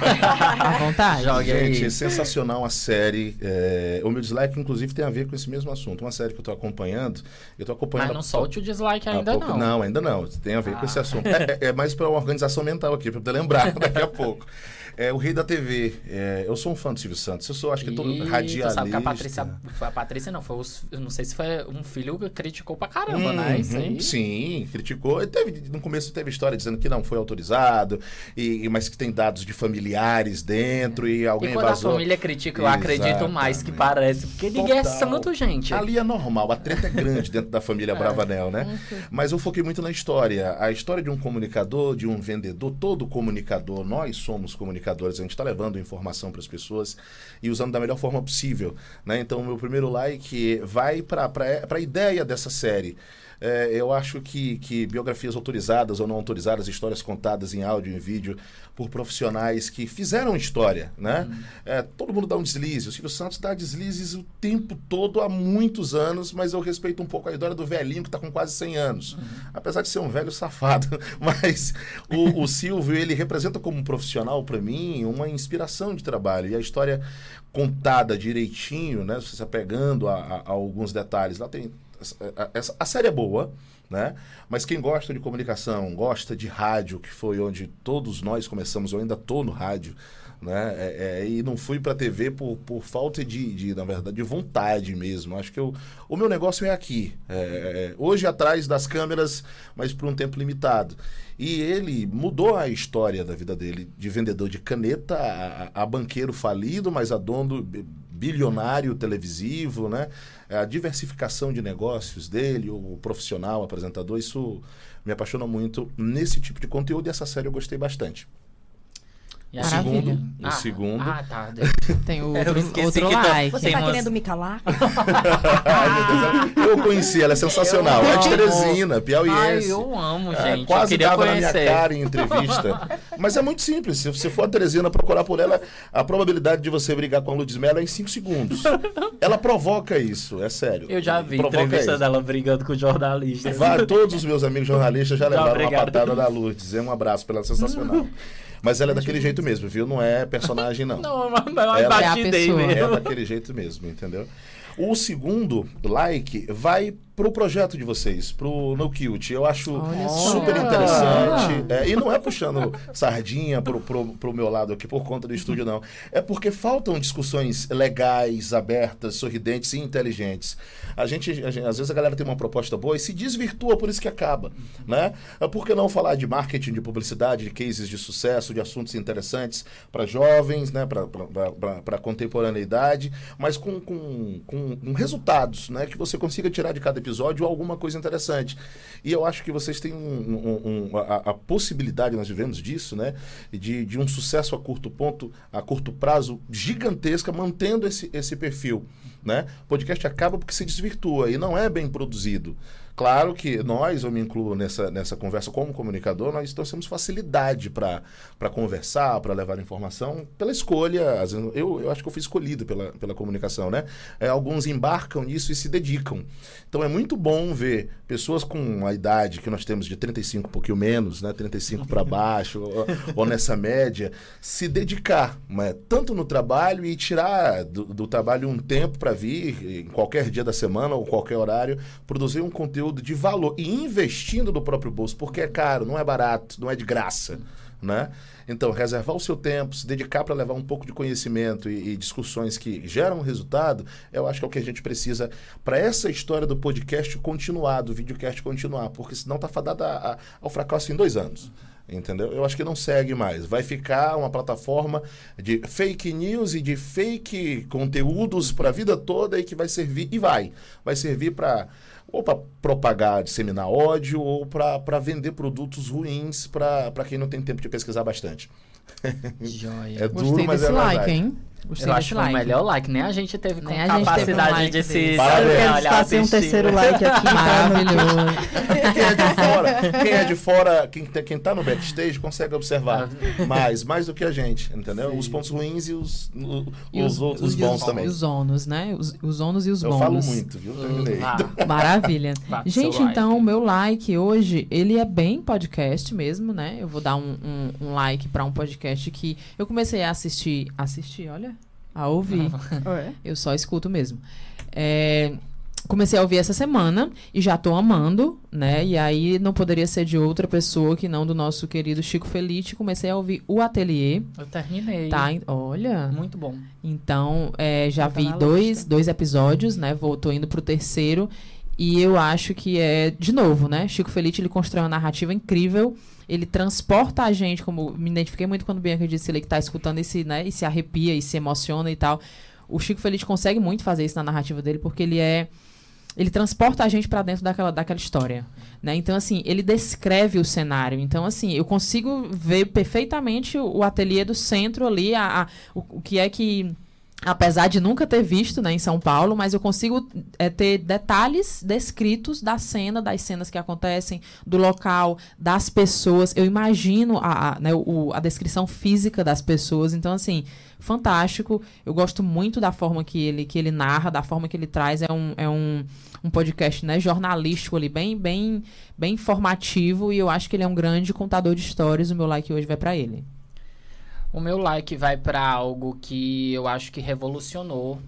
À vontade. Joga Gente, aí. é sensacional a série. É, o meu dislike, inclusive, tem a ver com esse mesmo assunto. Uma série que eu tô acompanhando. Eu tô acompanhando. Mas não a, solte o dislike ainda pouco, não. Não, ainda não. Tem a ver Ah. com esse assunto. É, é, é mais para uma organização mental aqui, para poder lembrar daqui a pouco. É o Rei da T V. É, eu sou um fã do Silvio Santos. Eu sou, acho que todo Ih, radialista. Tu sabe que a Patrícia... A Patrícia não, foi os, eu não sei se foi um filho que criticou pra caramba, né? Isso aí. Uhum, sim, criticou. E teve, no começo teve história dizendo que não foi autorizado, e, mas que tem dados de familiares dentro e alguém E quando vazou. a família critica, eu acredito mais que parece. Porque ninguém é Total. santo, gente. Ali é normal, a treta é grande dentro da família Bravanel, né? Mas eu foquei muito na história. A história de um comunicador, de um vendedor, todo comunicador, nós somos comunicadores, a gente está levando informação para as pessoas e usando da melhor forma possível, né? Então, o meu primeiro like vai para a ideia dessa série. É, eu acho que, que biografias autorizadas ou não autorizadas, histórias contadas em áudio e em vídeo por profissionais que fizeram história, né? Uhum. É, todo mundo dá um deslize. O Silvio Santos dá deslizes o tempo todo, há muitos anos, mas eu respeito um pouco a história do velhinho que está com quase cem anos. Uhum. Apesar de ser um velho safado. Mas o, o Silvio, ele representa como um profissional, para mim, uma inspiração de trabalho. E a história contada direitinho, né? Você se apegando a, a, a alguns detalhes. Lá tem... A, a, a série é boa, né? Mas quem gosta de comunicação, gosta de rádio, que foi onde todos nós começamos, eu ainda estou no rádio, né? É, é, e não fui para a T V por, por falta de, de, na verdade, de vontade mesmo. Acho que eu, o meu negócio é aqui. É, é, hoje atrás das câmeras, mas por um tempo limitado. E ele mudou a história da vida dele, de vendedor de caneta a, a banqueiro falido, mas a dono bilionário televisivo, né? A diversificação de negócios dele, o profissional, o apresentador, isso me apaixona muito nesse tipo de conteúdo e essa série eu gostei bastante. E o a segundo, ah, o segundo... Ah, tá. Tem o Eu outro, esqueci outro que tá- like. Você Tem tá umas- querendo me calar? Ai, meu Deus, eu conheci, ela é sensacional. Eu É de amo. Teresina, Ai, piauiense. eu amo, É, gente. quase eu queria dava conhecer. na minha cara em entrevista. Mas é muito simples. Se você for a Teresina procurar por ela, a probabilidade de você brigar com a Lourdes Mello é em cinco segundos. Ela provoca isso, é sério. Eu já vi Provoca entrevista isso. dela brigando com jornalistas. Vá- Todos os meus amigos jornalistas já levaram uma obrigado. patada da Lourdes. É um abraço pela sensacional. Mas ela é daquele jeito mesmo, viu? Não é personagem, não. Não, mas mas Ela- batidei É a pessoa. mesmo. É daquele jeito mesmo, entendeu? O segundo like vai pro projeto de vocês, pro No Cute. Eu acho Olha super só. interessante. É, e não é puxando sardinha pro, pro, pro meu lado aqui por conta do estúdio, não. É porque faltam discussões legais, abertas, sorridentes e inteligentes. A gente, a gente, às vezes a galera tem uma proposta boa e se desvirtua, por isso que acaba, né? Por que não falar de marketing, de publicidade, de cases de sucesso, de assuntos interessantes para jovens, né? Para a contemporaneidade, mas com, com, com, com resultados, né? Que você consiga tirar de cada episódio alguma coisa interessante. E eu acho que vocês têm um, um, um, a, a possibilidade, nós vivemos disso, né? De, de um sucesso a curto ponto, a curto prazo, gigantesca, mantendo esse, esse perfil, né? O podcast acaba porque se desvirtua e não é bem produzido. Claro que nós, eu me incluo nessa, nessa conversa como comunicador, nós temos facilidade para conversar, para levar informação, pela escolha. Às vezes, eu, eu acho que eu fui escolhido pela, pela comunicação, né? É, alguns embarcam nisso e se dedicam. Então é muito bom ver pessoas com a idade que nós temos de trinta e cinco, um pouquinho menos, né? trinta e cinco para baixo, ou, ou nessa média, se dedicar, né? Tanto no trabalho e tirar do, do trabalho um tempo para vir, em qualquer dia da semana ou qualquer horário, produzir um conteúdo de valor e investindo no próprio bolso, porque é caro, não é barato, não é de graça, né? Então, reservar o seu tempo, se dedicar para levar um pouco de conhecimento e, e discussões que geram resultado, eu acho que é o que a gente precisa para essa história do podcast continuar, do videocast continuar, porque senão está fadada a, a, ao fracasso em dois anos. Entendeu? Eu acho que não segue mais. Vai ficar uma plataforma de fake news e de fake conteúdos para a vida toda e que vai servir, e vai, vai servir para ou para propagar, disseminar ódio ou para vender produtos ruins para quem não tem tempo de pesquisar bastante. Joia. É duro, Gostei mas desse é like, verdade. hein? Gostei Eu desse acho que foi o like. melhor like. Nem a gente teve Nem a gente capacidade teve um like de se... desse. Parabéns. Eu quero olhar, fazer um assistir. terceiro like aqui. Maravilhoso. Quem é de fora, quem é de fora, quem, tá- quem tá no backstage consegue observar mais, mais do que a gente, entendeu? Sim. Os pontos ruins e os, o- E os, outros e bons os, também. E os ônus, né? Os, os ônus e os Eu bônus. falo muito, viu? Terminei. Ah, Maravilha. bate Gente, seu like. então, o meu like hoje, ele é bem podcast mesmo, né? Eu vou dar um, um, um like pra um podcast que eu comecei a assistir. Assistir, olha. A ouvir. Ué? Eu só escuto mesmo. É, comecei a ouvir essa semana e já tô amando, né? E aí não poderia ser de outra pessoa que não do nosso querido Chico Felice. Comecei a ouvir o Ateliê. eu terminei. Tá? Olha. Muito bom. Então, é, já Tá vi na dois, lista. dois episódios, né? Vou, tô indo pro terceiro. E eu acho que é, de novo, né? Chico Felice, ele constrói uma narrativa incrível. Ele transporta a gente, como me identifiquei muito quando o Bianca disse ali que tá escutando esse, né? E se arrepia e se emociona e tal. O Chico Felice consegue muito fazer isso na narrativa dele, porque ele é... Ele transporta a gente para dentro daquela, daquela história, né? Então, assim, ele descreve o cenário. Então, assim, eu consigo ver perfeitamente o, o ateliê do centro ali, a, a, o, o que é que... Apesar de nunca ter visto, né, em São Paulo, mas eu consigo é, ter detalhes descritos da cena, das cenas que acontecem, do local, das pessoas. Eu imagino a, a, né, o, a descrição física das pessoas. Então, assim, fantástico. Eu gosto muito da forma que ele, que ele narra, da forma que ele traz. É um, é um, um podcast, né, jornalístico ali, bem, bem, bem informativo. E eu acho que ele é um grande contador de histórias. O meu like hoje vai para ele. O meu like vai para algo que eu acho que revolucionou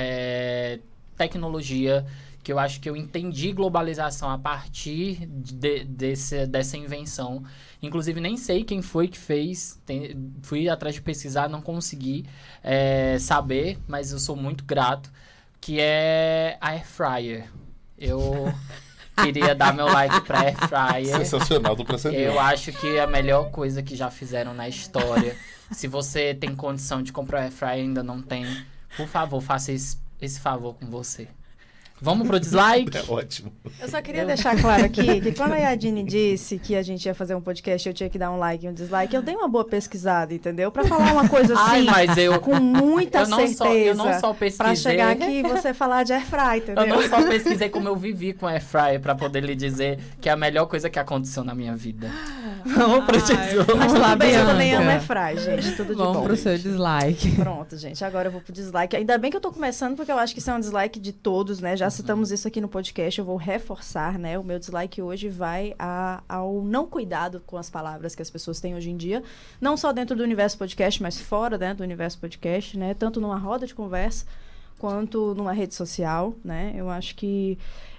é, tecnologia, que eu acho que eu entendi globalização a partir de, desse, dessa invenção. Inclusive, nem sei quem foi que fez, tem, fui atrás de pesquisar, não consegui é, saber, mas eu sou muito grato, que é a Air Fryer. Eu queria dar meu like para Air Fryer. Sensacional, tô percebendo. Eu acho que é a melhor coisa que já fizeram na história. Se você tem condição de comprar o Air Fryer e ainda não tem, por favor, faça esse, esse favor com você. Vamos pro dislike? É ótimo. Eu só queria deixar claro aqui que quando a Yadine disse que a gente ia fazer um podcast, eu tinha que dar um like e um dislike, eu dei uma boa pesquisada, entendeu? Pra falar uma coisa Ai, assim, mas eu, com muita eu não certeza. só, eu não só pesquisei. Pra chegar aqui e você falar de airfry, entendeu? Eu não só pesquisei como eu vivi com Air Fryer pra poder lhe dizer que é a melhor coisa que aconteceu na minha vida. Vamos pro dislike. Mas Vamos lá, tudo bem, eu Bianca. também amo airfry, gente, tudo de Vamos bom. pro seu dislike. Pronto, gente, agora eu vou pro dislike. Ainda bem que eu tô começando, porque eu acho que isso é um dislike de todos, né? Já citamos isso aqui no podcast, eu vou reforçar, né? O meu dislike hoje vai a, ao não cuidado com as palavras que as pessoas têm hoje em dia, não só dentro do universo podcast, mas fora, dentro do universo podcast, né? Tanto numa roda de conversa, quanto numa rede social, né? Eu acho que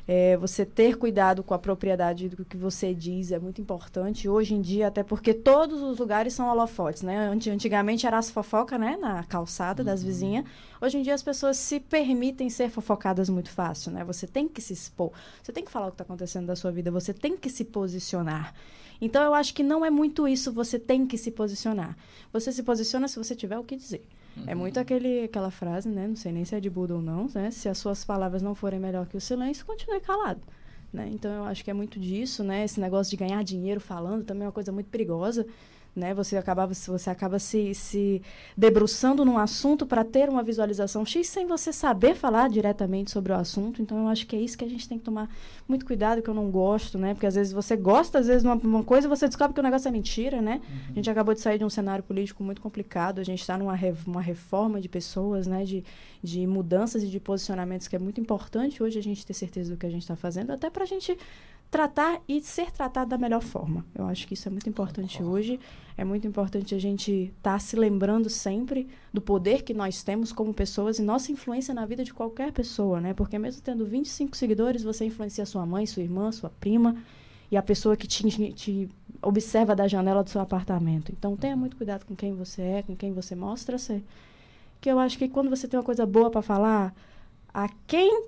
É, você ter cuidado com a propriedade do que você diz é muito importante. Hoje em dia, até porque todos os lugares são holofotes, né? Antigamente era as fofocas, né? Na calçada das Uhum. vizinhas. Hoje em dia as pessoas se permitem ser fofocadas muito fácil, né? Você tem que se expor. Você tem que falar o que está acontecendo da sua vida. Você tem que se posicionar. Então, eu acho que não é muito isso, você tem que se posicionar. Você se posiciona se você tiver o que dizer. Uhum. É muito aquele, aquela frase, né? Não sei nem se é de Buda ou não, né? Se as suas palavras não forem melhor que o silêncio, continue calado. Né? Então, eu acho que é muito disso, né? Esse negócio de ganhar dinheiro falando também é uma coisa muito perigosa. Né? Você acaba, você acaba se, se debruçando num assunto para ter uma visualização X sem você saber falar diretamente sobre o assunto. Então, eu acho que é isso que a gente tem que tomar muito cuidado, que eu não gosto, né? Porque às vezes você gosta, às vezes, de uma, uma coisa e você descobre que o negócio é mentira, né? Uhum. A gente acabou de sair de um cenário político muito complicado, a gente está numa re, uma reforma de pessoas, né? De, de mudanças e de posicionamentos que é muito importante hoje a gente ter certeza do que a gente está fazendo, até para a gente tratar e ser tratado da melhor forma. Eu acho que isso é muito importante Concordo. hoje. É muito importante a gente estar tá se lembrando sempre do poder que nós temos como pessoas e nossa influência na vida de qualquer pessoa, né? Porque mesmo tendo vinte e cinco seguidores, você influencia sua mãe, sua irmã, sua prima e a pessoa que te, te observa da janela do seu apartamento. Então, tenha muito cuidado com quem você é, com quem você mostra ser. Que eu acho que quando você tem uma coisa boa para falar, a quem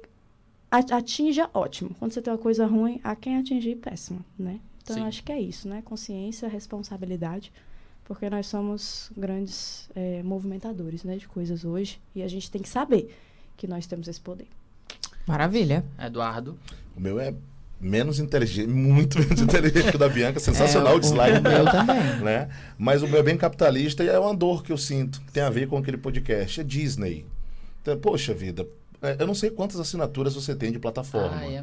atinja, ótimo. Quando você tem uma coisa ruim, a quem atingir, péssimo, né? Então, Sim. eu acho que é isso, né? Consciência, responsabilidade, porque nós somos grandes é, movimentadores, né, de coisas hoje, e a gente tem que saber que nós temos esse poder. Maravilha. Eduardo. O meu é menos inteligente, muito menos inteligente que o da Bianca, sensacional É, o dislike o meu dela, também. né? Mas o meu é bem capitalista e é uma dor que eu sinto, que tem a ver com aquele podcast, é Disney. Então, poxa vida, eu não sei quantas assinaturas você tem de plataforma, Ah, é...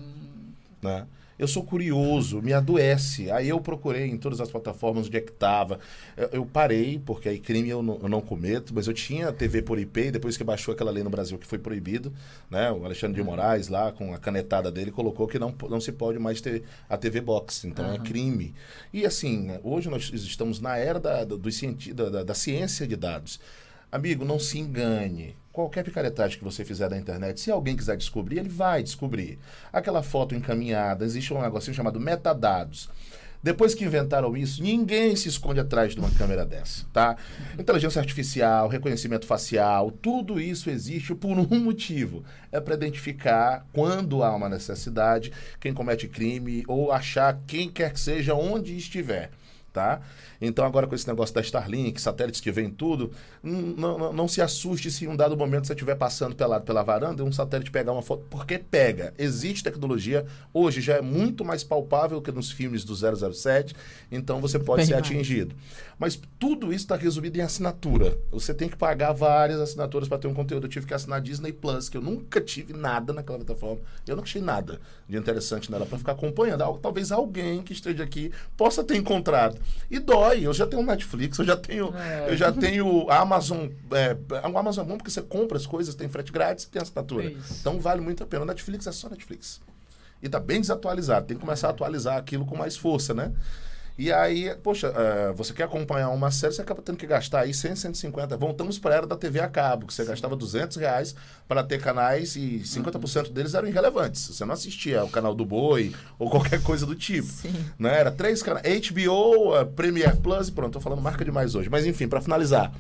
né? Eu sou curioso, me adoece. Aí eu procurei em todas as plataformas onde é que estava. Eu, eu parei, porque aí crime eu não, eu não cometo, mas eu tinha T V por I P, depois que baixou aquela lei no Brasil que foi proibido, né? O Alexandre de Moraes lá, com a canetada dele, colocou que não, não se pode mais ter a T V Box. Então Uhum. é crime. E assim, hoje nós estamos na era da, do cienti, da, da, da ciência de dados. Amigo, não se engane. Qualquer picaretagem que você fizer na internet, se alguém quiser descobrir, ele vai descobrir. Aquela foto encaminhada, existe um negocinho chamado metadados. Depois que inventaram isso, ninguém se esconde atrás de uma câmera dessa, tá? Inteligência artificial, reconhecimento facial, tudo isso existe por um motivo. É para identificar quando há uma necessidade, quem comete crime, ou achar quem quer que seja, onde estiver. Tá? Então agora com esse negócio da Starlink, satélites que vem tudo, não, não, não se assuste se em um dado momento você estiver passando pela, pela varanda e um satélite pegar uma foto, porque pega. Existe tecnologia, hoje já é muito mais palpável que nos filmes do zero zero sete, então você pode Bem ser mais. atingido. Mas tudo isso está resumido em assinatura. Você tem que pagar várias assinaturas para ter um conteúdo. Eu tive que assinar Disney Plus, que eu nunca tive nada naquela plataforma. Eu não achei nada de interessante nela para ficar acompanhando. Al- Talvez alguém que esteja aqui possa ter encontrado. E dói. Eu já tenho Netflix, eu já tenho, É. eu já tenho a Amazon. É, o Amazon é bom porque você compra as coisas, tem frete grátis e tem assinatura. Isso. Então vale muito a pena. O Netflix é só Netflix. E tá bem desatualizado. Tem que começar a atualizar aquilo com mais força, né? E aí, poxa, uh, você quer acompanhar uma série, você acaba tendo que gastar aí cem, cento e cinquenta. Voltamos para a era da T V a cabo, que você gastava duzentos reais para ter canais e cinquenta por cento deles eram irrelevantes. Você não assistia o canal do Boi ou qualquer coisa do tipo. Sim. Né? Era três canais, H B O, uh, Premiere Plus e pronto, tô falando marca demais hoje. Mas enfim, para finalizar.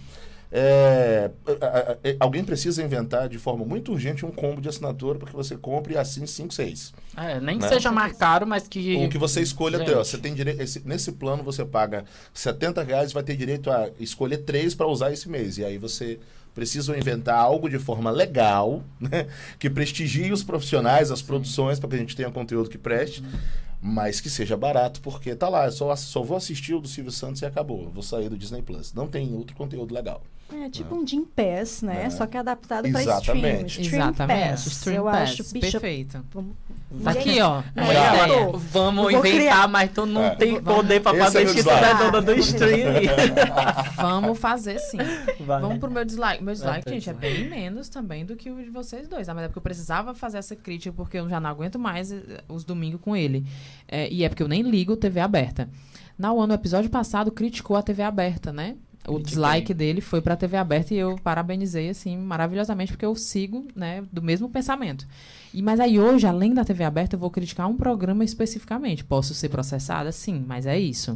É, a- a- a- alguém precisa inventar de forma muito urgente um combo de assinatura para que você compre e assine cinco, seis. É, nem que Né? seja mais caro, mas que... O que você escolha Gente. ter, ó, você tem direito, esse- nesse plano você paga setenta reais e vai ter direito a escolher três para usar esse mês. E aí você precisa inventar algo de forma legal, né, que prestigie os profissionais, as produções, para que a gente tenha conteúdo que preste, mas que seja barato, porque tá lá, eu só, só vou assistir o do Silvio Santos e acabou. Eu vou sair do Disney Plus. Não tem outro conteúdo legal. É tipo um Gym Pass, né? É. Só que adaptado para stream. Exatamente. Stream Exatamente. Pass. Stream Eu Pass. acho, bicho, Perfeito. vamos- Tá ninguém- aqui, ó. Não, Uma eu ideia. tô. Vamos Eu vou inventar, criar. mas tu não É. tem poder pra Esse é fazer meu isso que tu dislike. é dona do streaming. Vamos fazer sim. Vai. Vamos pro meu dislike. Meu dislike, Vai, gente, é dislike. bem menos também do que o de vocês dois. Tá? Mas é porque eu precisava fazer essa crítica, porque eu já não aguento mais eh, os domingos com ele. É, e é porque eu nem ligo T V aberta. Na U A, no episódio passado, criticou a T V aberta, né? O dislike dele foi pra T V aberta e eu parabenizei, assim, maravilhosamente, porque eu sigo, né, do mesmo pensamento. E, mas aí hoje, além da T V aberta, eu vou criticar um programa especificamente. Posso ser processada? Sim, mas é isso.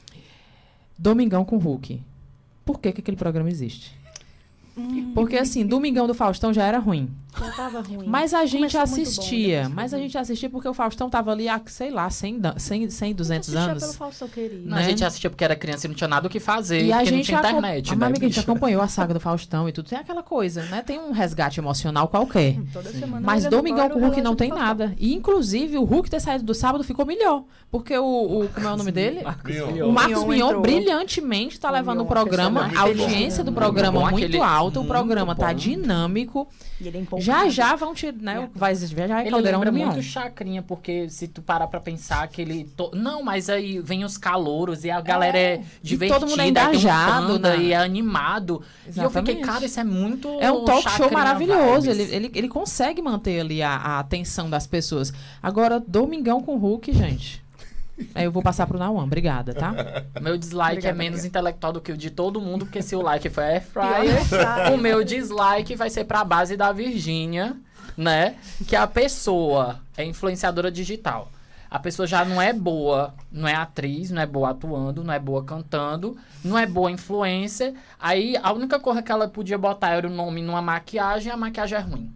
Domingão com Hulk. Por que que aquele programa existe? Hum. Porque, assim, Domingão do Faustão já era ruim. Já tava ruim. Mas a gente Começou muito assistia. bom, mas a gente assistia porque o Faustão tava ali há, sei lá, cem, cem duzentos Assistia anos. pelo Faustão, querido. Não, a né? gente assistia porque era criança e não tinha nada o que fazer, E a porque não gente, tinha acom- internet, a né, amiga, a gente bicho? acompanhou a saga do Faustão e tudo. Tem aquela coisa, né? Tem um resgate emocional qualquer. Toda semana Mas olhando Domingão agora com o Hulk relógio não do tem Faustão. nada. E, inclusive, o Hulk ter saído do sábado ficou melhor. Porque o... o como é o nome dele? Marcos Mion. Mion. O Marcos Mion Mion entrou. brilhantemente tá O levando Mion, o programa. muito A bom. audiência do Muito programa bom, muito aquele- alta. O muito programa tá bom. dinâmico. E ele é empolgado. Já já vão te... Né, vai, já é Ele caldeirão lembra do Mion. muito Chacrinha, porque se tu parar pra pensar que ele... To... Não, mas aí vem os calouros e a galera é, É, divertida. todo mundo é aí tem um engajado, panda né? E é animado. E eu fiquei, Exatamente. cara, isso é muito É um talk show Chacrinha maravilhoso. Ele, vibes. ele, ele consegue manter ali a, a atenção das pessoas. Agora, Domingão com Hulk, gente. Aí eu vou passar pro Nauan. Obrigada, tá? Meu dislike Obrigada, é menos amiga. intelectual do que o de todo mundo, porque se o like foi air Pior fryer, que o meu dislike vai ser pra base da Virgínia, né? Que a pessoa é influenciadora digital. A pessoa já não é boa, não é atriz, não é boa atuando, não é boa cantando, não é boa influencer. Aí a única coisa que ela podia botar era o nome numa maquiagem e a maquiagem é ruim.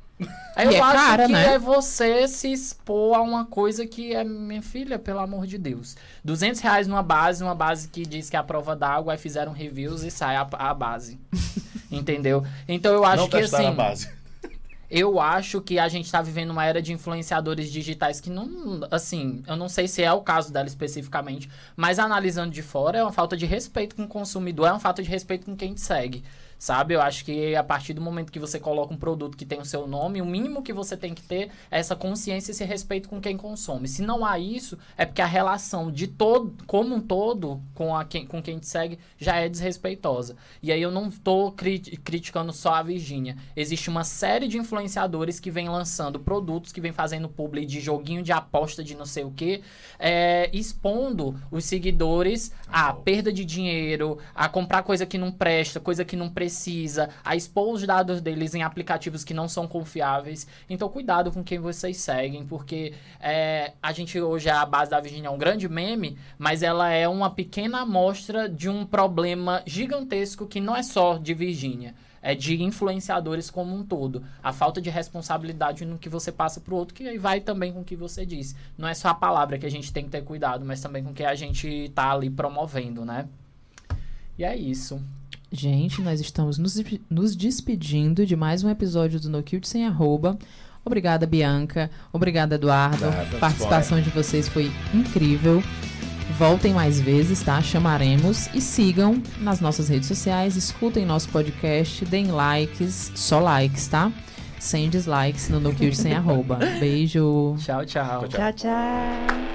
Aí E eu é acho cara, que né? é você se expor a uma coisa que é, minha filha, pelo amor de Deus. duzentos reais numa base, uma base que diz que é a prova d'água, aí fizeram reviews e sai a, a base. Entendeu? Então eu acho Não que testaram assim... a base. Eu acho que a gente tá vivendo uma era de influenciadores digitais que não, assim, eu não sei se é o caso dela especificamente, mas analisando de fora é uma falta de respeito com o consumidor, é uma falta de respeito com quem te segue, sabe? Eu acho que a partir do momento que você coloca um produto que tem o seu nome, o mínimo que você tem que ter é essa consciência e esse respeito com quem consome. Se não há isso, é porque a relação de todo, como um todo, com, a quem, com quem te segue, já é desrespeitosa. E aí eu não tô cri- criticando só a Virgínia. Existe uma série de influenciadores que vem lançando produtos, que vem fazendo publi de joguinho de aposta de não sei o que, é, expondo os seguidores a perda de dinheiro, a comprar coisa que não presta, coisa que não precisa, a expor os dados deles em aplicativos que não são confiáveis. Então cuidado com quem vocês seguem, porque é, a gente hoje, a base da Virgínia é um grande meme, mas ela é uma pequena amostra de um problema gigantesco que não é só de Virgínia. É de influenciadores como um todo. A falta de responsabilidade no que você passa pro outro, que aí vai também com o que você disse. Não é só a palavra que a gente tem que ter cuidado, mas também com o que a gente tá ali promovendo, né? E é isso. Gente, nós estamos nos, nos despedindo de mais um episódio do No Cute Sem Arroba. Obrigada, Bianca. Obrigada, Eduardo. Nada, A participação de vocês foi incrível. Voltem mais vezes, tá? Chamaremos. E sigam nas nossas redes sociais, escutem nosso podcast, deem likes, só likes, tá? Sem dislikes no No Cute Sem Arroba. Beijo. Tchau, tchau. Tchau, Tchau, tchau.